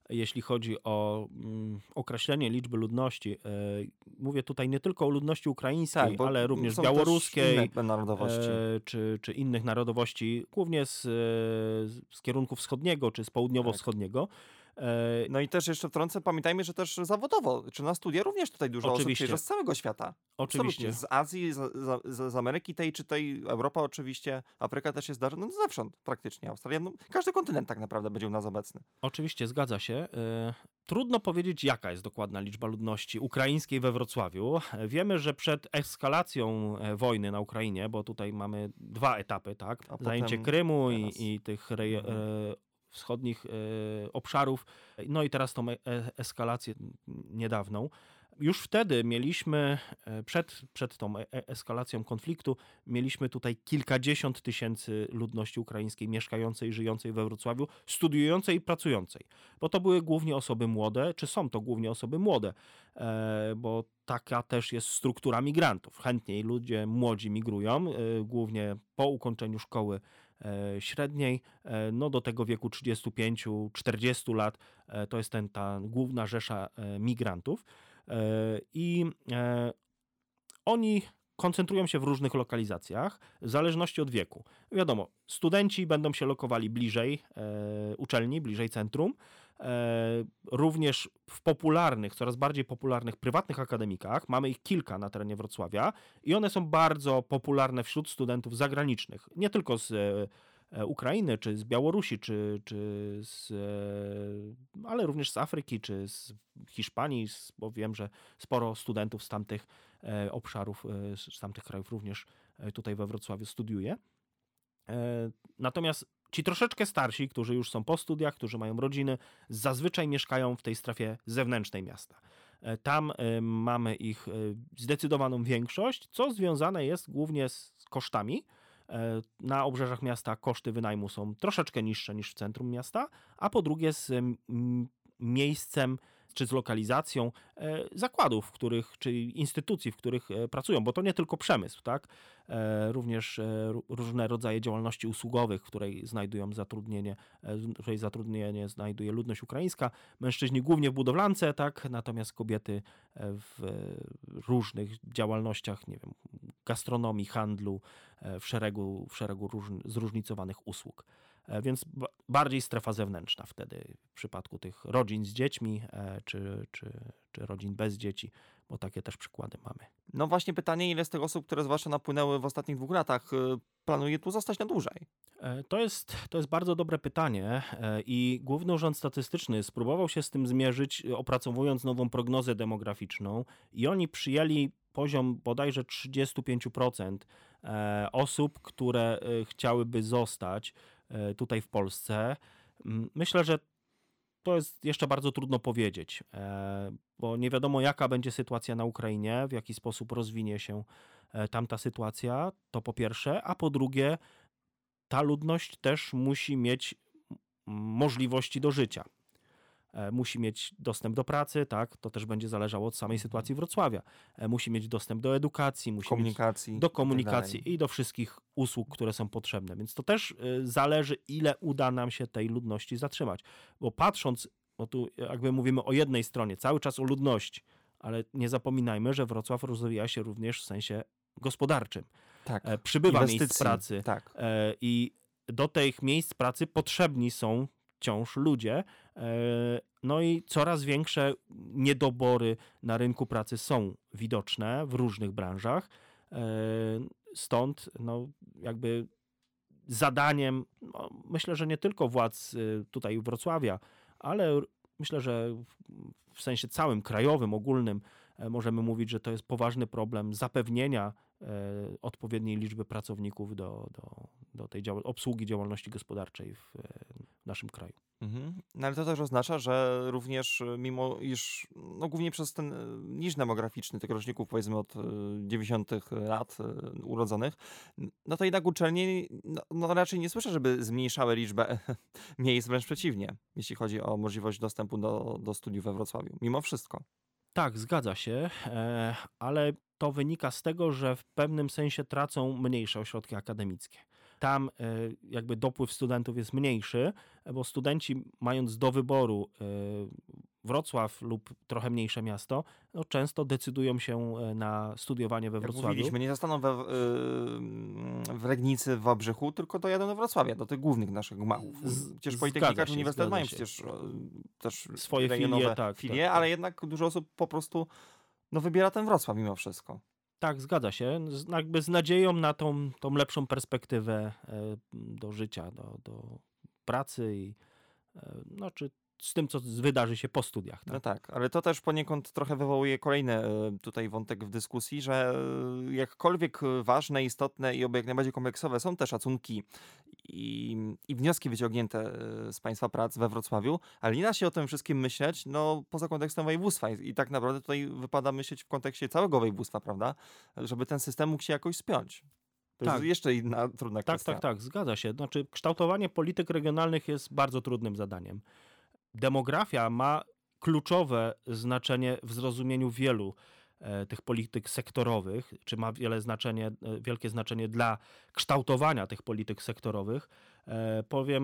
jeśli chodzi o określenie liczby ludności. Mówię tutaj nie tylko o ludności ukraińskiej, bo ale również są białoruskiej, też inne narodowości. czy innych narodowości, głównie z kierunku wschodniego, czy z południowo-wschodniego. No i też jeszcze wtrącę, pamiętajmy, że też zawodowo, czy na studia również tutaj dużo osób przyjeżdża z całego świata. Oczywiście. Absolutnie. Z Azji, z Ameryki tej czy tej, Europa oczywiście, Afryka też jest no zewsząd praktycznie, Australia, no, każdy kontynent tak naprawdę będzie u nas obecny. Oczywiście, zgadza się. Trudno powiedzieć, jaka jest dokładna liczba ludności ukraińskiej we Wrocławiu. Wiemy, że przed eskalacją wojny na Ukrainie, bo tutaj mamy 2 etapy, tak? Zajęcie Krymu i tych wschodnich obszarów, no i teraz tą eskalację niedawną. Już wtedy mieliśmy, przed tą eskalacją konfliktu, mieliśmy tutaj kilkadziesiąt tysięcy ludności ukraińskiej mieszkającej, żyjącej we Wrocławiu, studiującej i pracującej. Bo to były głównie osoby młode, czy są to głównie osoby młode, bo taka też jest struktura migrantów. Chętniej ludzie młodzi migrują, głównie po ukończeniu szkoły średniej, no do tego wieku 35-40 lat, to jest ta główna rzesza migrantów. I oni koncentrują się w różnych lokalizacjach w zależności od wieku. Wiadomo, studenci będą się lokowali bliżej uczelni, bliżej centrum. Również w popularnych, coraz bardziej popularnych prywatnych akademikach, mamy ich kilka na terenie Wrocławia i one są bardzo popularne wśród studentów zagranicznych, nie tylko z Ukrainy, czy z Białorusi, ale również z Afryki, czy z Hiszpanii, bo wiem, że sporo studentów z tamtych obszarów, z tamtych krajów również tutaj we Wrocławiu studiuje. Natomiast ci troszeczkę starsi, którzy już są po studiach, którzy mają rodziny, zazwyczaj mieszkają w tej strefie zewnętrznej miasta. Tam mamy ich zdecydowaną większość, co związane jest głównie z kosztami. Na obrzeżach miasta koszty wynajmu są troszeczkę niższe niż w centrum miasta, a po drugie z miejscem czy z lokalizacją zakładów, czy instytucji, w których pracują, bo to nie tylko przemysł, tak? Również różne rodzaje działalności usługowych, w której zatrudnienie znajduje ludność ukraińska, mężczyźni głównie w budowlance, tak? Natomiast kobiety w różnych działalnościach, nie wiem, gastronomii, handlu, w szeregu zróżnicowanych usług. Więc bardziej strefa zewnętrzna wtedy w przypadku tych rodzin z dziećmi, czy rodzin bez dzieci, bo takie też przykłady mamy. No właśnie pytanie, ile z tych osób, które zwłaszcza napłynęły w ostatnich 2 latach, planuje tu zostać na dłużej? To jest bardzo dobre pytanie i Główny Urząd Statystyczny spróbował się z tym zmierzyć, opracowując nową prognozę demograficzną i oni przyjęli poziom bodajże 35% osób, które chciałyby zostać tutaj w Polsce. Myślę, że to jest jeszcze bardzo trudno powiedzieć, bo nie wiadomo, jaka będzie sytuacja na Ukrainie, w jaki sposób rozwinie się tamta sytuacja, to po pierwsze, a po drugie, ta ludność też musi mieć możliwości do życia. Musi mieć dostęp do pracy, tak? To też będzie zależało od samej sytuacji Wrocławia. Musi mieć dostęp do edukacji, musi mieć do komunikacji i do wszystkich usług, które są potrzebne. Więc to też zależy, ile uda nam się tej ludności zatrzymać. Bo patrząc, bo tu jakby mówimy o jednej stronie, cały czas o ludności, ale nie zapominajmy, że Wrocław rozwija się również w sensie gospodarczym. Tak. Przybywa miejsc pracy. Tak. I do tych miejsc pracy potrzebni są wciąż ludzie, no i coraz większe niedobory na rynku pracy są widoczne w różnych branżach. Stąd jakby zadaniem, myślę, że nie tylko władz tutaj Wrocławia, ale myślę, że w sensie całym krajowym, ogólnym możemy mówić, że to jest poważny problem zapewnienia odpowiedniej liczby pracowników do tej obsługi działalności gospodarczej w naszym kraju. No ale to też oznacza, że również mimo iż, głównie przez ten niż demograficzny tych roczników, powiedzmy od 90 lat urodzonych, no to jednak uczelnie raczej nie słyszę, żeby zmniejszały liczbę miejsc, wręcz przeciwnie, jeśli chodzi o możliwość dostępu do studiów we Wrocławiu, mimo wszystko. Tak, zgadza się, ale to wynika z tego, że w pewnym sensie tracą mniejsze ośrodki akademickie. Tam jakby dopływ studentów jest mniejszy, bo studenci, mając do wyboru Wrocław lub trochę mniejsze miasto, no często decydują się na studiowanie we Jak Wrocławiu. mówiliśmy, nie zostaną w Legnicy, w Wałbrzychu, tylko dojadą do Wrocławia, do tych głównych naszych gmachów. Przecież Politechnika czy Uniwersytet mają przecież też swoje rejonowe filie, tak. ale jednak dużo osób po prostu wybiera ten Wrocław mimo wszystko. Tak, zgadza się. Jakby z nadzieją na tą lepszą perspektywę do życia, do pracy i czy z tym, co wydarzy się po studiach. Tak? No tak, ale to też poniekąd trochę wywołuje kolejny tutaj wątek w dyskusji, że jakkolwiek ważne, istotne i jak najbardziej kompleksowe są te szacunki i wnioski wyciągnięte z państwa prac we Wrocławiu, ale nie da się o tym wszystkim myśleć poza kontekstem województwa i tak naprawdę tutaj wypada myśleć w kontekście całego województwa, prawda, żeby ten system mógł się jakoś spiąć. To jest jeszcze inna trudna kwestia. Tak, zgadza się. Znaczy, kształtowanie polityk regionalnych jest bardzo trudnym zadaniem. Demografia ma kluczowe znaczenie w zrozumieniu wielu tych polityk sektorowych, czy ma wielkie znaczenie dla kształtowania tych polityk sektorowych. Powiem,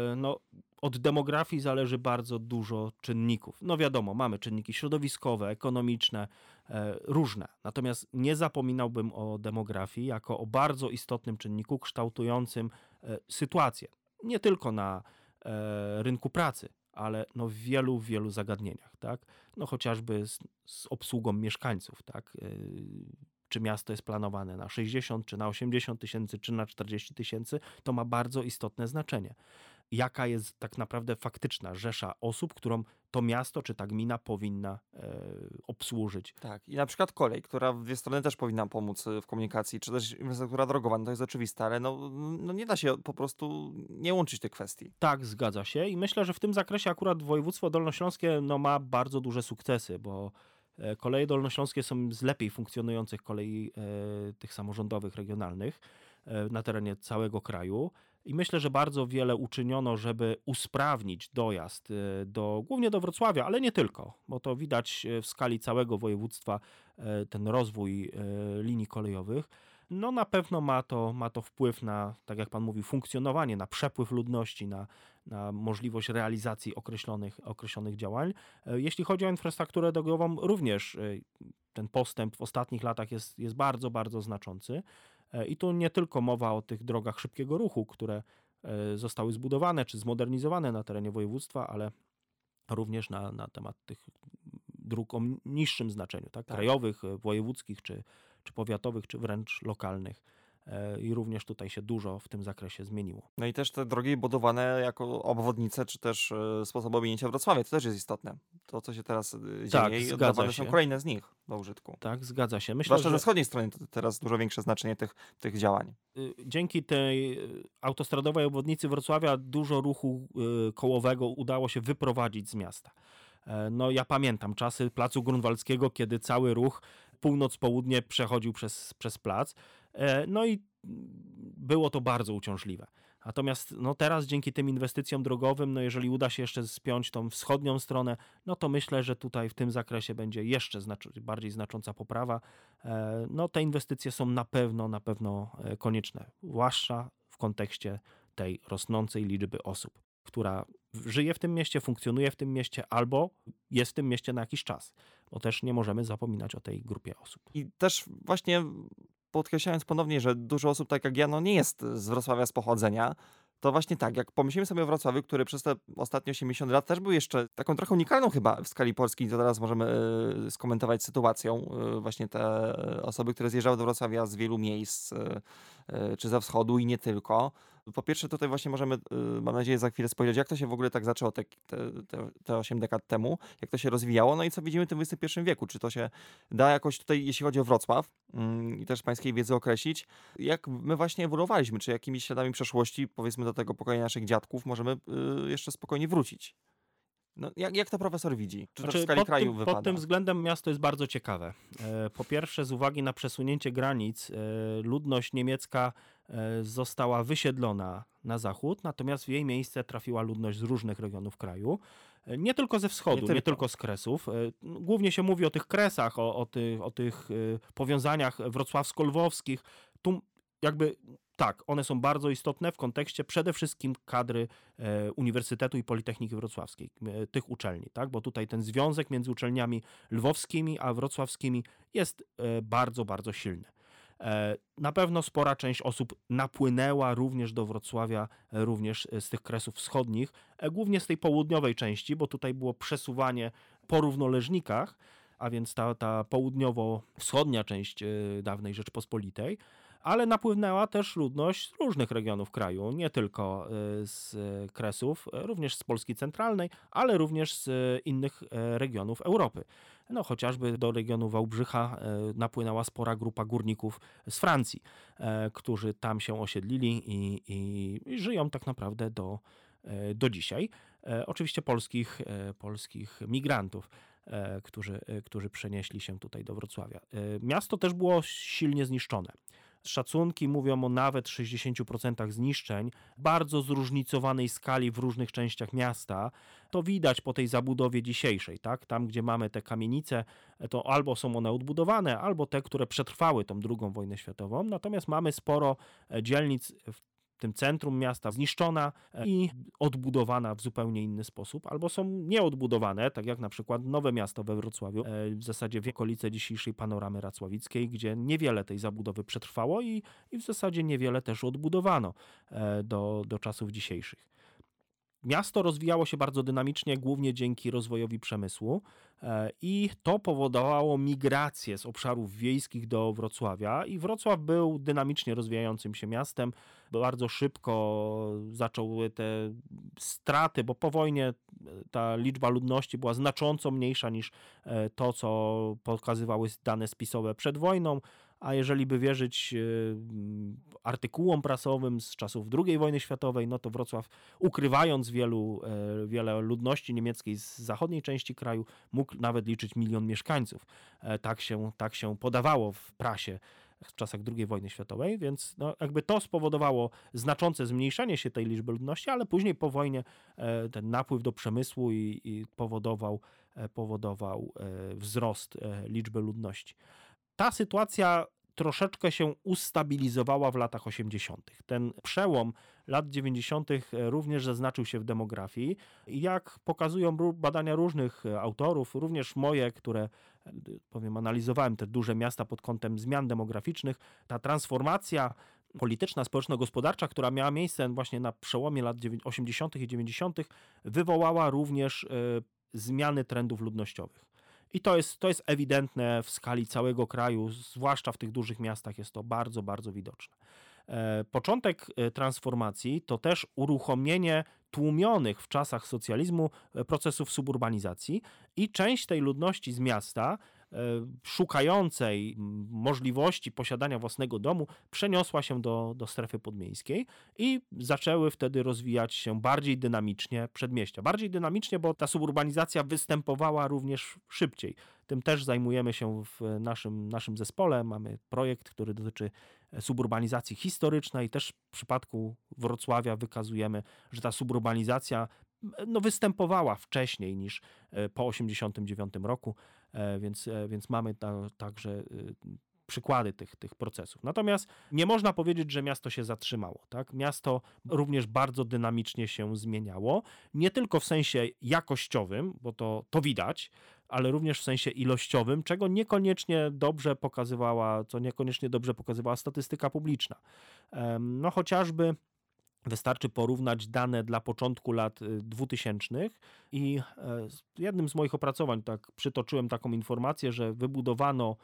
od demografii zależy bardzo dużo czynników. No wiadomo, mamy czynniki środowiskowe, ekonomiczne, różne. Natomiast nie zapominałbym o demografii jako o bardzo istotnym czynniku kształtującym sytuację. Nie tylko na rynku pracy, ale w wielu zagadnieniach, tak? No chociażby z obsługą mieszkańców, tak? Czy miasto jest planowane na 60, czy na 80 tysięcy, czy na 40 tysięcy, to ma bardzo istotne znaczenie. Jaka jest tak naprawdę faktyczna rzesza osób, którą to miasto, czy ta gmina powinna obsłużyć. Tak, i na przykład kolej, która w dwie strony też powinna pomóc w komunikacji, czy też infrastruktura drogowa, to jest oczywiste, ale nie da się po prostu nie łączyć tych kwestii. Tak, zgadza się i myślę, że w tym zakresie akurat województwo dolnośląskie ma bardzo duże sukcesy, bo koleje dolnośląskie są z lepiej funkcjonujących kolei tych samorządowych, regionalnych na terenie całego kraju. I myślę, że bardzo wiele uczyniono, żeby usprawnić dojazd głównie do Wrocławia, ale nie tylko, bo to widać w skali całego województwa, ten rozwój linii kolejowych. No na pewno ma to wpływ na, tak jak pan mówił, funkcjonowanie, na przepływ ludności, na możliwość realizacji określonych działań. Jeśli chodzi o infrastrukturę drogową, również ten postęp w ostatnich latach jest bardzo, bardzo znaczący. I tu nie tylko mowa o tych drogach szybkiego ruchu, które zostały zbudowane czy zmodernizowane na terenie województwa, ale również na temat tych dróg o niższym znaczeniu, tak? Krajowych, wojewódzkich, czy powiatowych, czy wręcz lokalnych. I również tutaj się dużo w tym zakresie zmieniło. No i też te drogi budowane jako obwodnice, czy też sposoby objęcia Wrocławia, to też jest istotne. To, co się teraz dzieje i oddawane są kolejne z nich do użytku. Tak, zgadza się. Myślę, zwłaszcza ze wschodniej strony to teraz dużo większe znaczenie tych działań. Dzięki tej autostradowej obwodnicy Wrocławia dużo ruchu kołowego udało się wyprowadzić z miasta. No ja pamiętam czasy Placu Grunwaldzkiego, kiedy cały ruch północ-południe przechodził przez plac. No i było to bardzo uciążliwe. Natomiast teraz dzięki tym inwestycjom drogowym, jeżeli uda się jeszcze spiąć tą wschodnią stronę, to myślę, że tutaj w tym zakresie będzie jeszcze bardziej znacząca poprawa. Te inwestycje są na pewno konieczne, zwłaszcza w kontekście tej rosnącej liczby osób, która żyje w tym mieście, funkcjonuje w tym mieście albo jest w tym mieście na jakiś czas, bo też nie możemy zapominać o tej grupie osób. I też właśnie podkreślając ponownie, że dużo osób tak jak ja nie jest z Wrocławia z pochodzenia, to właśnie tak, jak pomyślimy sobie o Wrocławiu, który przez te ostatnie 80 lat też był jeszcze taką trochę unikalną chyba w skali Polski, to teraz możemy skomentować sytuacją, właśnie te osoby, które zjeżdżały do Wrocławia z wielu miejsc, czy ze wschodu i nie tylko. Po pierwsze tutaj właśnie możemy, mam nadzieję, za chwilę spojrzeć, jak to się w ogóle tak zaczęło te 8 dekad temu, jak to się rozwijało, no i co widzimy w tym XXI wieku. Czy to się da jakoś tutaj, jeśli chodzi o Wrocław i też pańskiej wiedzy określić, jak my właśnie ewoluowaliśmy, czy jakimiś śladami przeszłości, powiedzmy do tego pokolenia naszych dziadków, możemy jeszcze spokojnie wrócić. No, jak to profesor widzi? Czy to w skali kraju wypada? Pod tym względem miasto jest bardzo ciekawe. Po pierwsze, z uwagi na przesunięcie granic, ludność niemiecka została wysiedlona na zachód, natomiast w jej miejsce trafiła ludność z różnych regionów kraju. Nie tylko ze wschodu, nie tylko z Kresów. Głównie się mówi o tych Kresach, o tych powiązaniach wrocławsko-lwowskich. Tu jakby Tak, one są bardzo istotne w kontekście przede wszystkim kadry Uniwersytetu i Politechniki Wrocławskiej, tych uczelni, tak? Bo tutaj ten związek między uczelniami lwowskimi a wrocławskimi jest bardzo, bardzo silny. Na pewno spora część osób napłynęła również do Wrocławia, również z tych kresów wschodnich, głównie z tej południowej części, bo tutaj było przesuwanie po równoleżnikach, a więc ta południowo-wschodnia część dawnej Rzeczpospolitej, ale napłynęła też ludność z różnych regionów kraju, nie tylko z Kresów, również z Polski centralnej, ale również z innych regionów Europy. No, chociażby do regionu Wałbrzycha napłynęła spora grupa górników z Francji, którzy tam się osiedlili i żyją tak naprawdę do dzisiaj. Oczywiście polskich migrantów, którzy przenieśli się tutaj do Wrocławia. Miasto też było silnie zniszczone. Szacunki mówią o nawet 60% zniszczeń, bardzo zróżnicowanej skali w różnych częściach miasta. To widać po tej zabudowie dzisiejszej, tak? Tam, gdzie mamy te kamienice, to albo są one odbudowane, albo te, które przetrwały tą II wojnę światową. Natomiast mamy sporo dzielnic w tym centrum miasta zniszczona i odbudowana w zupełnie inny sposób, albo są nieodbudowane, tak jak na przykład Nowe Miasto we Wrocławiu, w zasadzie w okolice dzisiejszej Panoramy Racławickiej, gdzie niewiele tej zabudowy przetrwało i w zasadzie niewiele też odbudowano do czasów dzisiejszych. Miasto rozwijało się bardzo dynamicznie, głównie dzięki rozwojowi przemysłu i to powodowało migrację z obszarów wiejskich do Wrocławia i Wrocław był dynamicznie rozwijającym się miastem. Bardzo szybko zaczęły te straty, bo po wojnie ta liczba ludności była znacząco mniejsza niż to, co pokazywały dane spisowe przed wojną. A jeżeli by wierzyć artykułom prasowym z czasów II wojny światowej, no to Wrocław, ukrywając wiele ludności niemieckiej z zachodniej części kraju, mógł nawet liczyć 1 milion mieszkańców. Tak się podawało w prasie w czasach II wojny światowej, więc no, jakby to spowodowało znaczące zmniejszenie się tej liczby ludności, ale później po wojnie ten napływ do przemysłu i powodował wzrost liczby ludności. Ta sytuacja troszeczkę się ustabilizowała w latach 80. Ten przełom lat 90. również zaznaczył się w demografii. Jak pokazują badania różnych autorów, również moje, które analizowałem te duże miasta pod kątem zmian demograficznych, ta transformacja polityczna, społeczno-gospodarcza, która miała miejsce właśnie na przełomie lat 80. i 90., wywołała również zmiany trendów ludnościowych. I to jest ewidentne w skali całego kraju, zwłaszcza w tych dużych miastach jest to bardzo, bardzo widoczne. Początek transformacji to też uruchomienie tłumionych w czasach socjalizmu procesów suburbanizacji i część tej ludności z miasta, szukającej możliwości posiadania własnego domu, przeniosła się do strefy podmiejskiej i zaczęły wtedy rozwijać się bardziej dynamicznie przedmieścia. Bardziej dynamicznie, bo ta suburbanizacja występowała również szybciej. Tym też zajmujemy się w naszym zespole. Mamy projekt, który dotyczy suburbanizacji historycznej. Też w przypadku Wrocławia wykazujemy, że ta suburbanizacja występowała wcześniej niż po 1989 roku, więc mamy także przykłady tych procesów. Natomiast nie można powiedzieć, że miasto się zatrzymało. Tak? Miasto również bardzo dynamicznie się zmieniało, nie tylko w sensie jakościowym, bo to widać, ale również w sensie ilościowym, czego niekoniecznie dobrze pokazywała statystyka publiczna. No chociażby wystarczy porównać dane dla początku lat 2000 i jednym z moich opracowań przytoczyłem taką informację, że wybudowano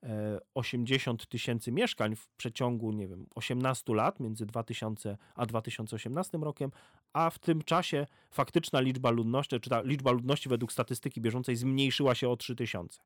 80 000 mieszkań w przeciągu, 18 lat między 2000 a 2018 rokiem, a w tym czasie faktyczna liczba ludności, czy ta liczba ludności według statystyki bieżącej zmniejszyła się o 3000.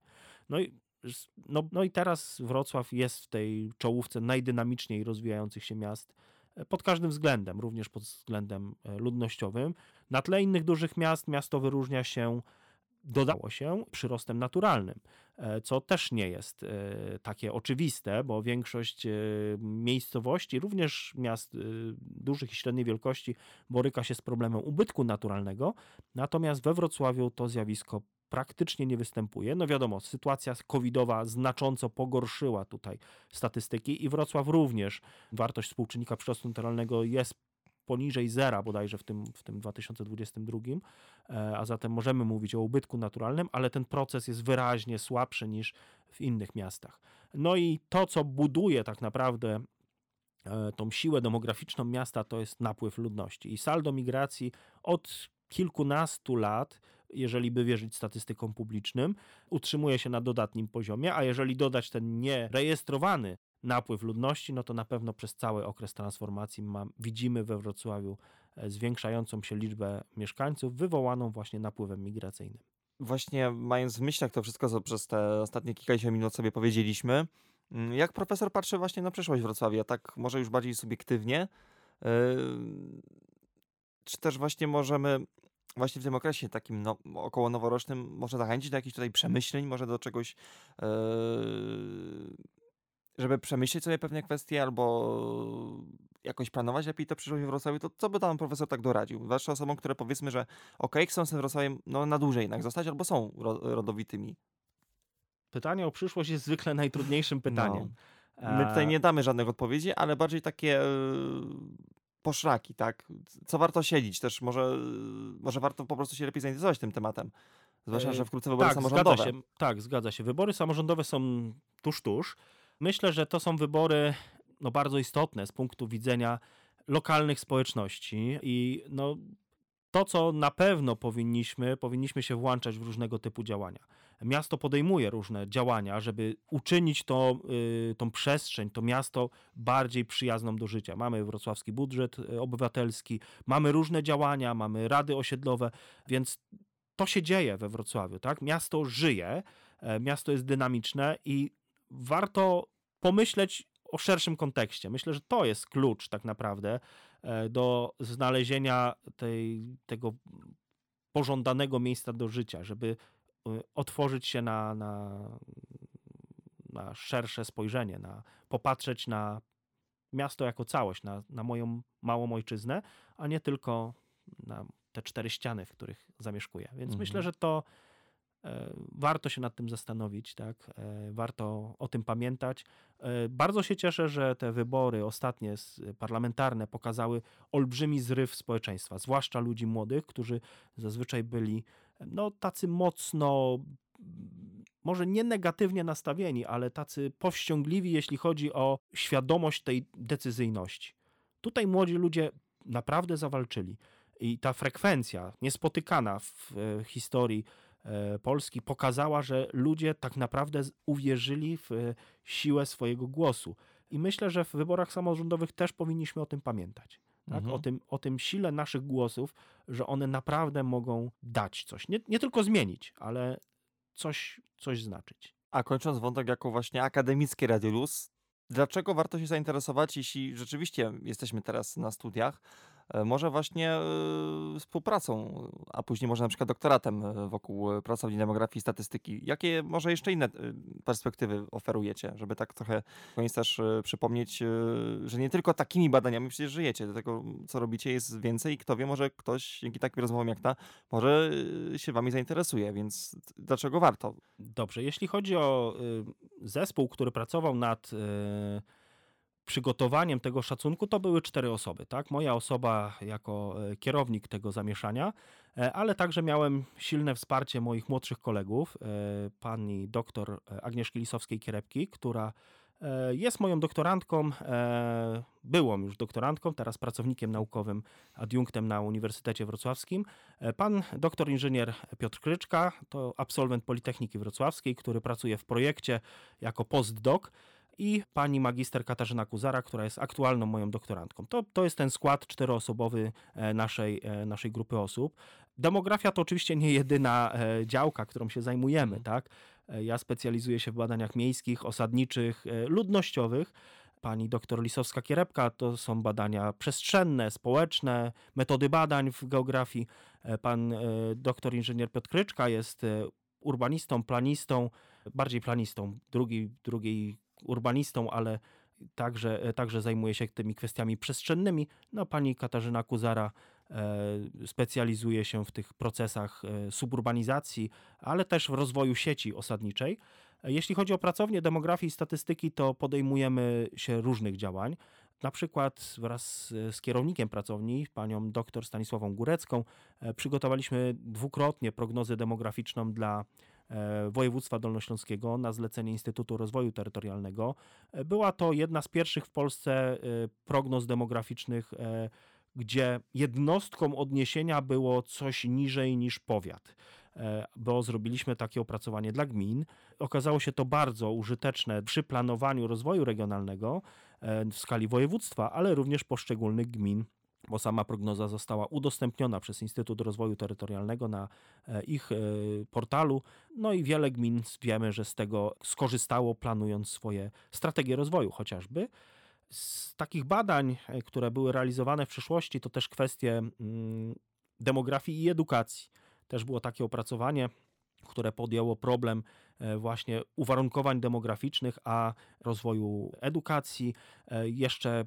No i teraz Wrocław jest w tej czołówce najdynamiczniej rozwijających się miast pod każdym względem, również pod względem ludnościowym. Na tle innych dużych miast miasto wyróżnia się, dodało się przyrostem naturalnym, co też nie jest takie oczywiste, bo większość miejscowości, również miast dużych i średniej wielkości, boryka się z problemem ubytku naturalnego, natomiast we Wrocławiu to zjawisko praktycznie nie występuje. No wiadomo, sytuacja covidowa znacząco pogorszyła tutaj statystyki i Wrocław również. Wartość współczynnika przyrostu naturalnego jest poniżej zera bodajże w tym 2022, a zatem możemy mówić o ubytku naturalnym, ale ten proces jest wyraźnie słabszy niż w innych miastach. No i to, co buduje tak naprawdę tą siłę demograficzną miasta, to jest napływ ludności. I saldo migracji od kilkunastu lat, jeżeli by wierzyć statystykom publicznym, utrzymuje się na dodatnim poziomie, a jeżeli dodać ten nierejestrowany napływ ludności, no to na pewno przez cały okres transformacji widzimy we Wrocławiu zwiększającą się liczbę mieszkańców wywołaną właśnie napływem migracyjnym. Właśnie mając w myślach to wszystko, co przez te ostatnie kilkadziesiąt minut sobie powiedzieliśmy, jak profesor patrzy właśnie na przyszłość Wrocławia, tak może już bardziej subiektywnie, czy też właśnie możemy właśnie w tym okresie takim około noworocznym może zachęcić do jakichś tutaj przemyśleń, może do czegoś, żeby przemyśleć sobie pewne kwestie albo jakoś planować lepiej tę przyszłość w Wrocławiu, to co by tam profesor tak doradził? Zwłaszcza osobom, które powiedzmy, że chcą z tym Wrocławiem na dłużej jednak zostać albo są rodowitymi. Pytanie o przyszłość jest zwykle najtrudniejszym pytaniem. My tutaj nie damy żadnych odpowiedzi, ale bardziej takie poszlaki, tak? Co warto śledzić też, może warto po prostu się lepiej zainteresować tym tematem. Zwłaszcza, że wkrótce wybory samorządowe. Zgadza się. Wybory samorządowe są tuż. Myślę, że to są wybory bardzo istotne z punktu widzenia lokalnych społeczności i to, co na pewno powinniśmy się włączać w różnego typu działania. Miasto podejmuje różne działania, żeby uczynić tą przestrzeń, to miasto bardziej przyjazną do życia. Mamy wrocławski budżet obywatelski, mamy różne działania, mamy rady osiedlowe, więc to się dzieje we Wrocławiu, tak? Miasto żyje, miasto jest dynamiczne i warto pomyśleć o szerszym kontekście. Myślę, że to jest klucz tak naprawdę do znalezienia tego pożądanego miejsca do życia, żeby otworzyć się na szersze spojrzenie, popatrzeć na miasto jako całość, na moją małą ojczyznę, a nie tylko na te 4 ściany, w których zamieszkuję. Więc myślę, że to warto się nad tym zastanowić, tak? Warto o tym pamiętać. Bardzo się cieszę, że te wybory ostatnie parlamentarne pokazały olbrzymi zryw społeczeństwa, zwłaszcza ludzi młodych, którzy zazwyczaj byli tacy mocno, może nie negatywnie nastawieni, ale tacy powściągliwi, jeśli chodzi o świadomość tej decyzyjności. Tutaj młodzi ludzie naprawdę zawalczyli i ta frekwencja niespotykana w historii Polski pokazała, że ludzie tak naprawdę uwierzyli w siłę swojego głosu. I myślę, że w wyborach samorządowych też powinniśmy o tym pamiętać. Tak? O tym sile naszych głosów, że one naprawdę mogą dać coś. Nie tylko zmienić, ale coś znaczyć. A kończąc wątek jako właśnie akademickie Radio Luz, dlaczego warto się zainteresować, jeśli rzeczywiście jesteśmy teraz na studiach, może właśnie współpracą, a później może na przykład doktoratem wokół pracowni demografii i statystyki. Jakie może jeszcze inne perspektywy oferujecie, żeby tak trochę koniec też przypomnieć, że nie tylko takimi badaniami przecież żyjecie, do tego co robicie jest więcej i kto wie, może ktoś dzięki takim rozmowom jak ta może się wami zainteresuje, więc dlaczego warto? Dobrze, jeśli chodzi o zespół, który pracował nad przygotowaniem tego szacunku, to były 4 osoby, tak? Moja osoba jako kierownik tego zamieszania, ale także miałem silne wsparcie moich młodszych kolegów, pani doktor Agnieszki Lisowskiej-Kierepki, która jest moją doktorantką, byłą już doktorantką, teraz pracownikiem naukowym, adiunktem na Uniwersytecie Wrocławskim. Pan doktor inżynier Piotr Kryczka, to absolwent Politechniki Wrocławskiej, który pracuje w projekcie jako postdoc, i pani magister Katarzyna Kuzara, która jest aktualną moją doktorantką. To jest ten skład 4-osobowy naszej grupy osób. Demografia to oczywiście nie jedyna działka, którą się zajmujemy, tak? Ja specjalizuję się w badaniach miejskich, osadniczych, ludnościowych. Pani doktor Lisowska-Kierepka to są badania przestrzenne, społeczne, metody badań w geografii. Pan doktor inżynier Piotr Kryczka jest urbanistą, planistą, bardziej planistą, drugiej urbanistą, ale także zajmuje się tymi kwestiami przestrzennymi. Pani Katarzyna Kuzara specjalizuje się w tych procesach suburbanizacji, ale też w rozwoju sieci osadniczej. Jeśli chodzi o pracownię demografii i statystyki, to podejmujemy się różnych działań. Na przykład wraz z kierownikiem pracowni, panią dr Stanisławą Górecką, przygotowaliśmy dwukrotnie prognozę demograficzną dla województwa dolnośląskiego na zlecenie Instytutu Rozwoju Terytorialnego. Była to jedna z pierwszych w Polsce prognoz demograficznych, gdzie jednostką odniesienia było coś niżej niż powiat, bo zrobiliśmy takie opracowanie dla gmin. Okazało się to bardzo użyteczne przy planowaniu rozwoju regionalnego w skali województwa, ale również poszczególnych gmin, bo sama prognoza została udostępniona przez Instytut Rozwoju Terytorialnego na ich portalu. No i wiele gmin, wiemy, że z tego skorzystało, planując swoje strategie rozwoju chociażby. Z takich badań, które były realizowane w przeszłości, to też kwestie demografii i edukacji. Też było takie opracowanie, które podjęło problem właśnie uwarunkowań demograficznych, a rozwoju edukacji. Jeszcze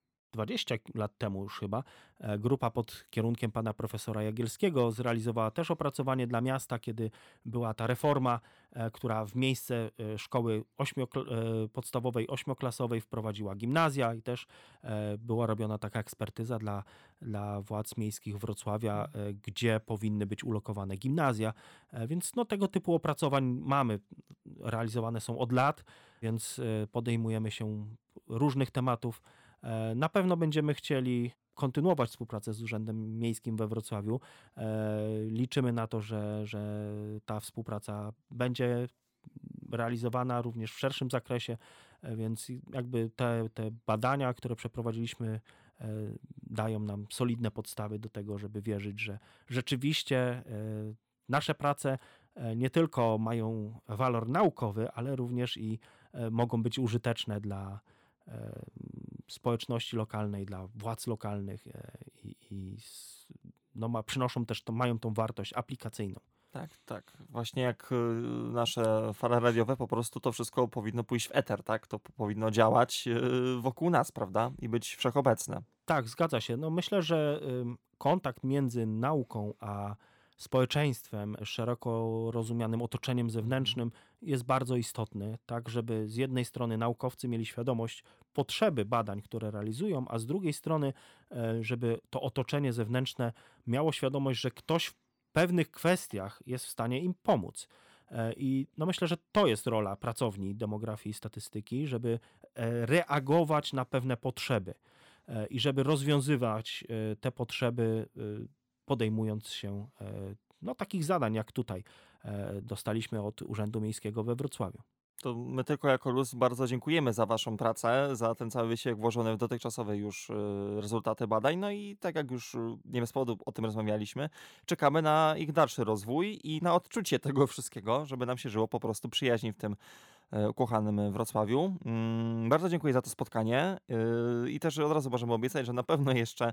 20 lat temu już chyba grupa pod kierunkiem pana profesora Jagielskiego zrealizowała też opracowanie dla miasta, kiedy była ta reforma, która w miejsce szkoły podstawowej 8-klasowej wprowadziła gimnazja i też była robiona taka ekspertyza dla władz miejskich Wrocławia, gdzie powinny być ulokowane gimnazja. Więc no, tego typu opracowań mamy, realizowane są od lat, więc podejmujemy się różnych tematów. Na pewno będziemy chcieli kontynuować współpracę z Urzędem Miejskim we Wrocławiu. Liczymy na to, że ta współpraca będzie realizowana również w szerszym zakresie, więc jakby te badania, które przeprowadziliśmy, dają nam solidne podstawy do tego, żeby wierzyć, że rzeczywiście nasze prace nie tylko mają walor naukowy, ale również i mogą być użyteczne dla społeczności lokalnej, dla władz lokalnych i przynoszą też, mają tą wartość aplikacyjną. Tak, tak. Właśnie jak nasze fale radiowe, po prostu to wszystko powinno pójść w eter, tak? To powinno działać wokół nas, prawda? I być wszechobecne. Tak, zgadza się. No myślę, że kontakt między nauką a społeczeństwem, szeroko rozumianym otoczeniem zewnętrznym jest bardzo istotny, tak żeby z jednej strony naukowcy mieli świadomość potrzeby badań, które realizują, a z drugiej strony, żeby to otoczenie zewnętrzne miało świadomość, że ktoś w pewnych kwestiach jest w stanie im pomóc. I no myślę, że to jest rola pracowni demografii i statystyki, żeby reagować na pewne potrzeby i żeby rozwiązywać te potrzeby, podejmując się takich zadań, jak tutaj dostaliśmy od Urzędu Miejskiego we Wrocławiu. To my tylko jako LUS bardzo dziękujemy za waszą pracę, za ten cały wysiłek włożony w dotychczasowe już rezultaty badań. No i tak jak już nie bez powodu o tym rozmawialiśmy, czekamy na ich dalszy rozwój i na odczucie tego wszystkiego, żeby nam się żyło po prostu przyjaźnie w tym ukochanym Wrocławiu. Bardzo dziękuję za to spotkanie i też od razu możemy obiecać, że na pewno jeszcze,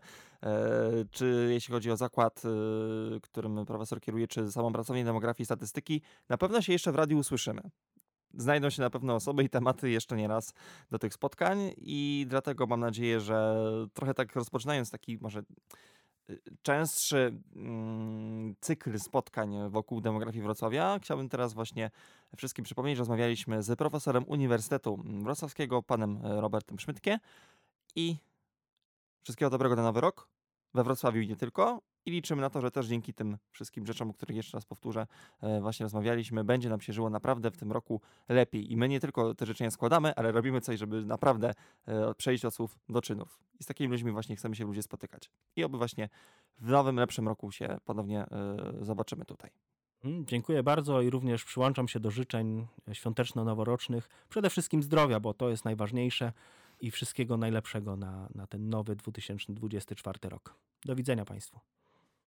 czy jeśli chodzi o zakład, którym profesor kieruje, czy samą pracownię demografii i statystyki, na pewno się jeszcze w radiu usłyszymy. Znajdą się na pewno osoby i tematy jeszcze nie raz do tych spotkań i dlatego mam nadzieję, że trochę tak rozpoczynając taki może częstszy cykl spotkań wokół demografii Wrocławia, chciałbym teraz właśnie wszystkim przypomnieć, że rozmawialiśmy z profesorem Uniwersytetu Wrocławskiego, panem Robertem Szmytkie i wszystkiego dobrego na nowy rok we Wrocławiu i nie tylko. I liczymy na to, że też dzięki tym wszystkim rzeczom, o których jeszcze raz powtórzę, właśnie rozmawialiśmy, będzie nam się żyło naprawdę w tym roku lepiej. I my nie tylko te życzenia składamy, ale robimy coś, żeby naprawdę przejść od słów do czynów. I z takimi ludźmi właśnie chcemy się ludzie spotykać. I oby właśnie w nowym, lepszym roku się ponownie zobaczymy tutaj. Dziękuję bardzo i również przyłączam się do życzeń świąteczno-noworocznych. Przede wszystkim zdrowia, bo to jest najważniejsze i wszystkiego najlepszego na ten nowy 2024 rok. Do widzenia Państwu.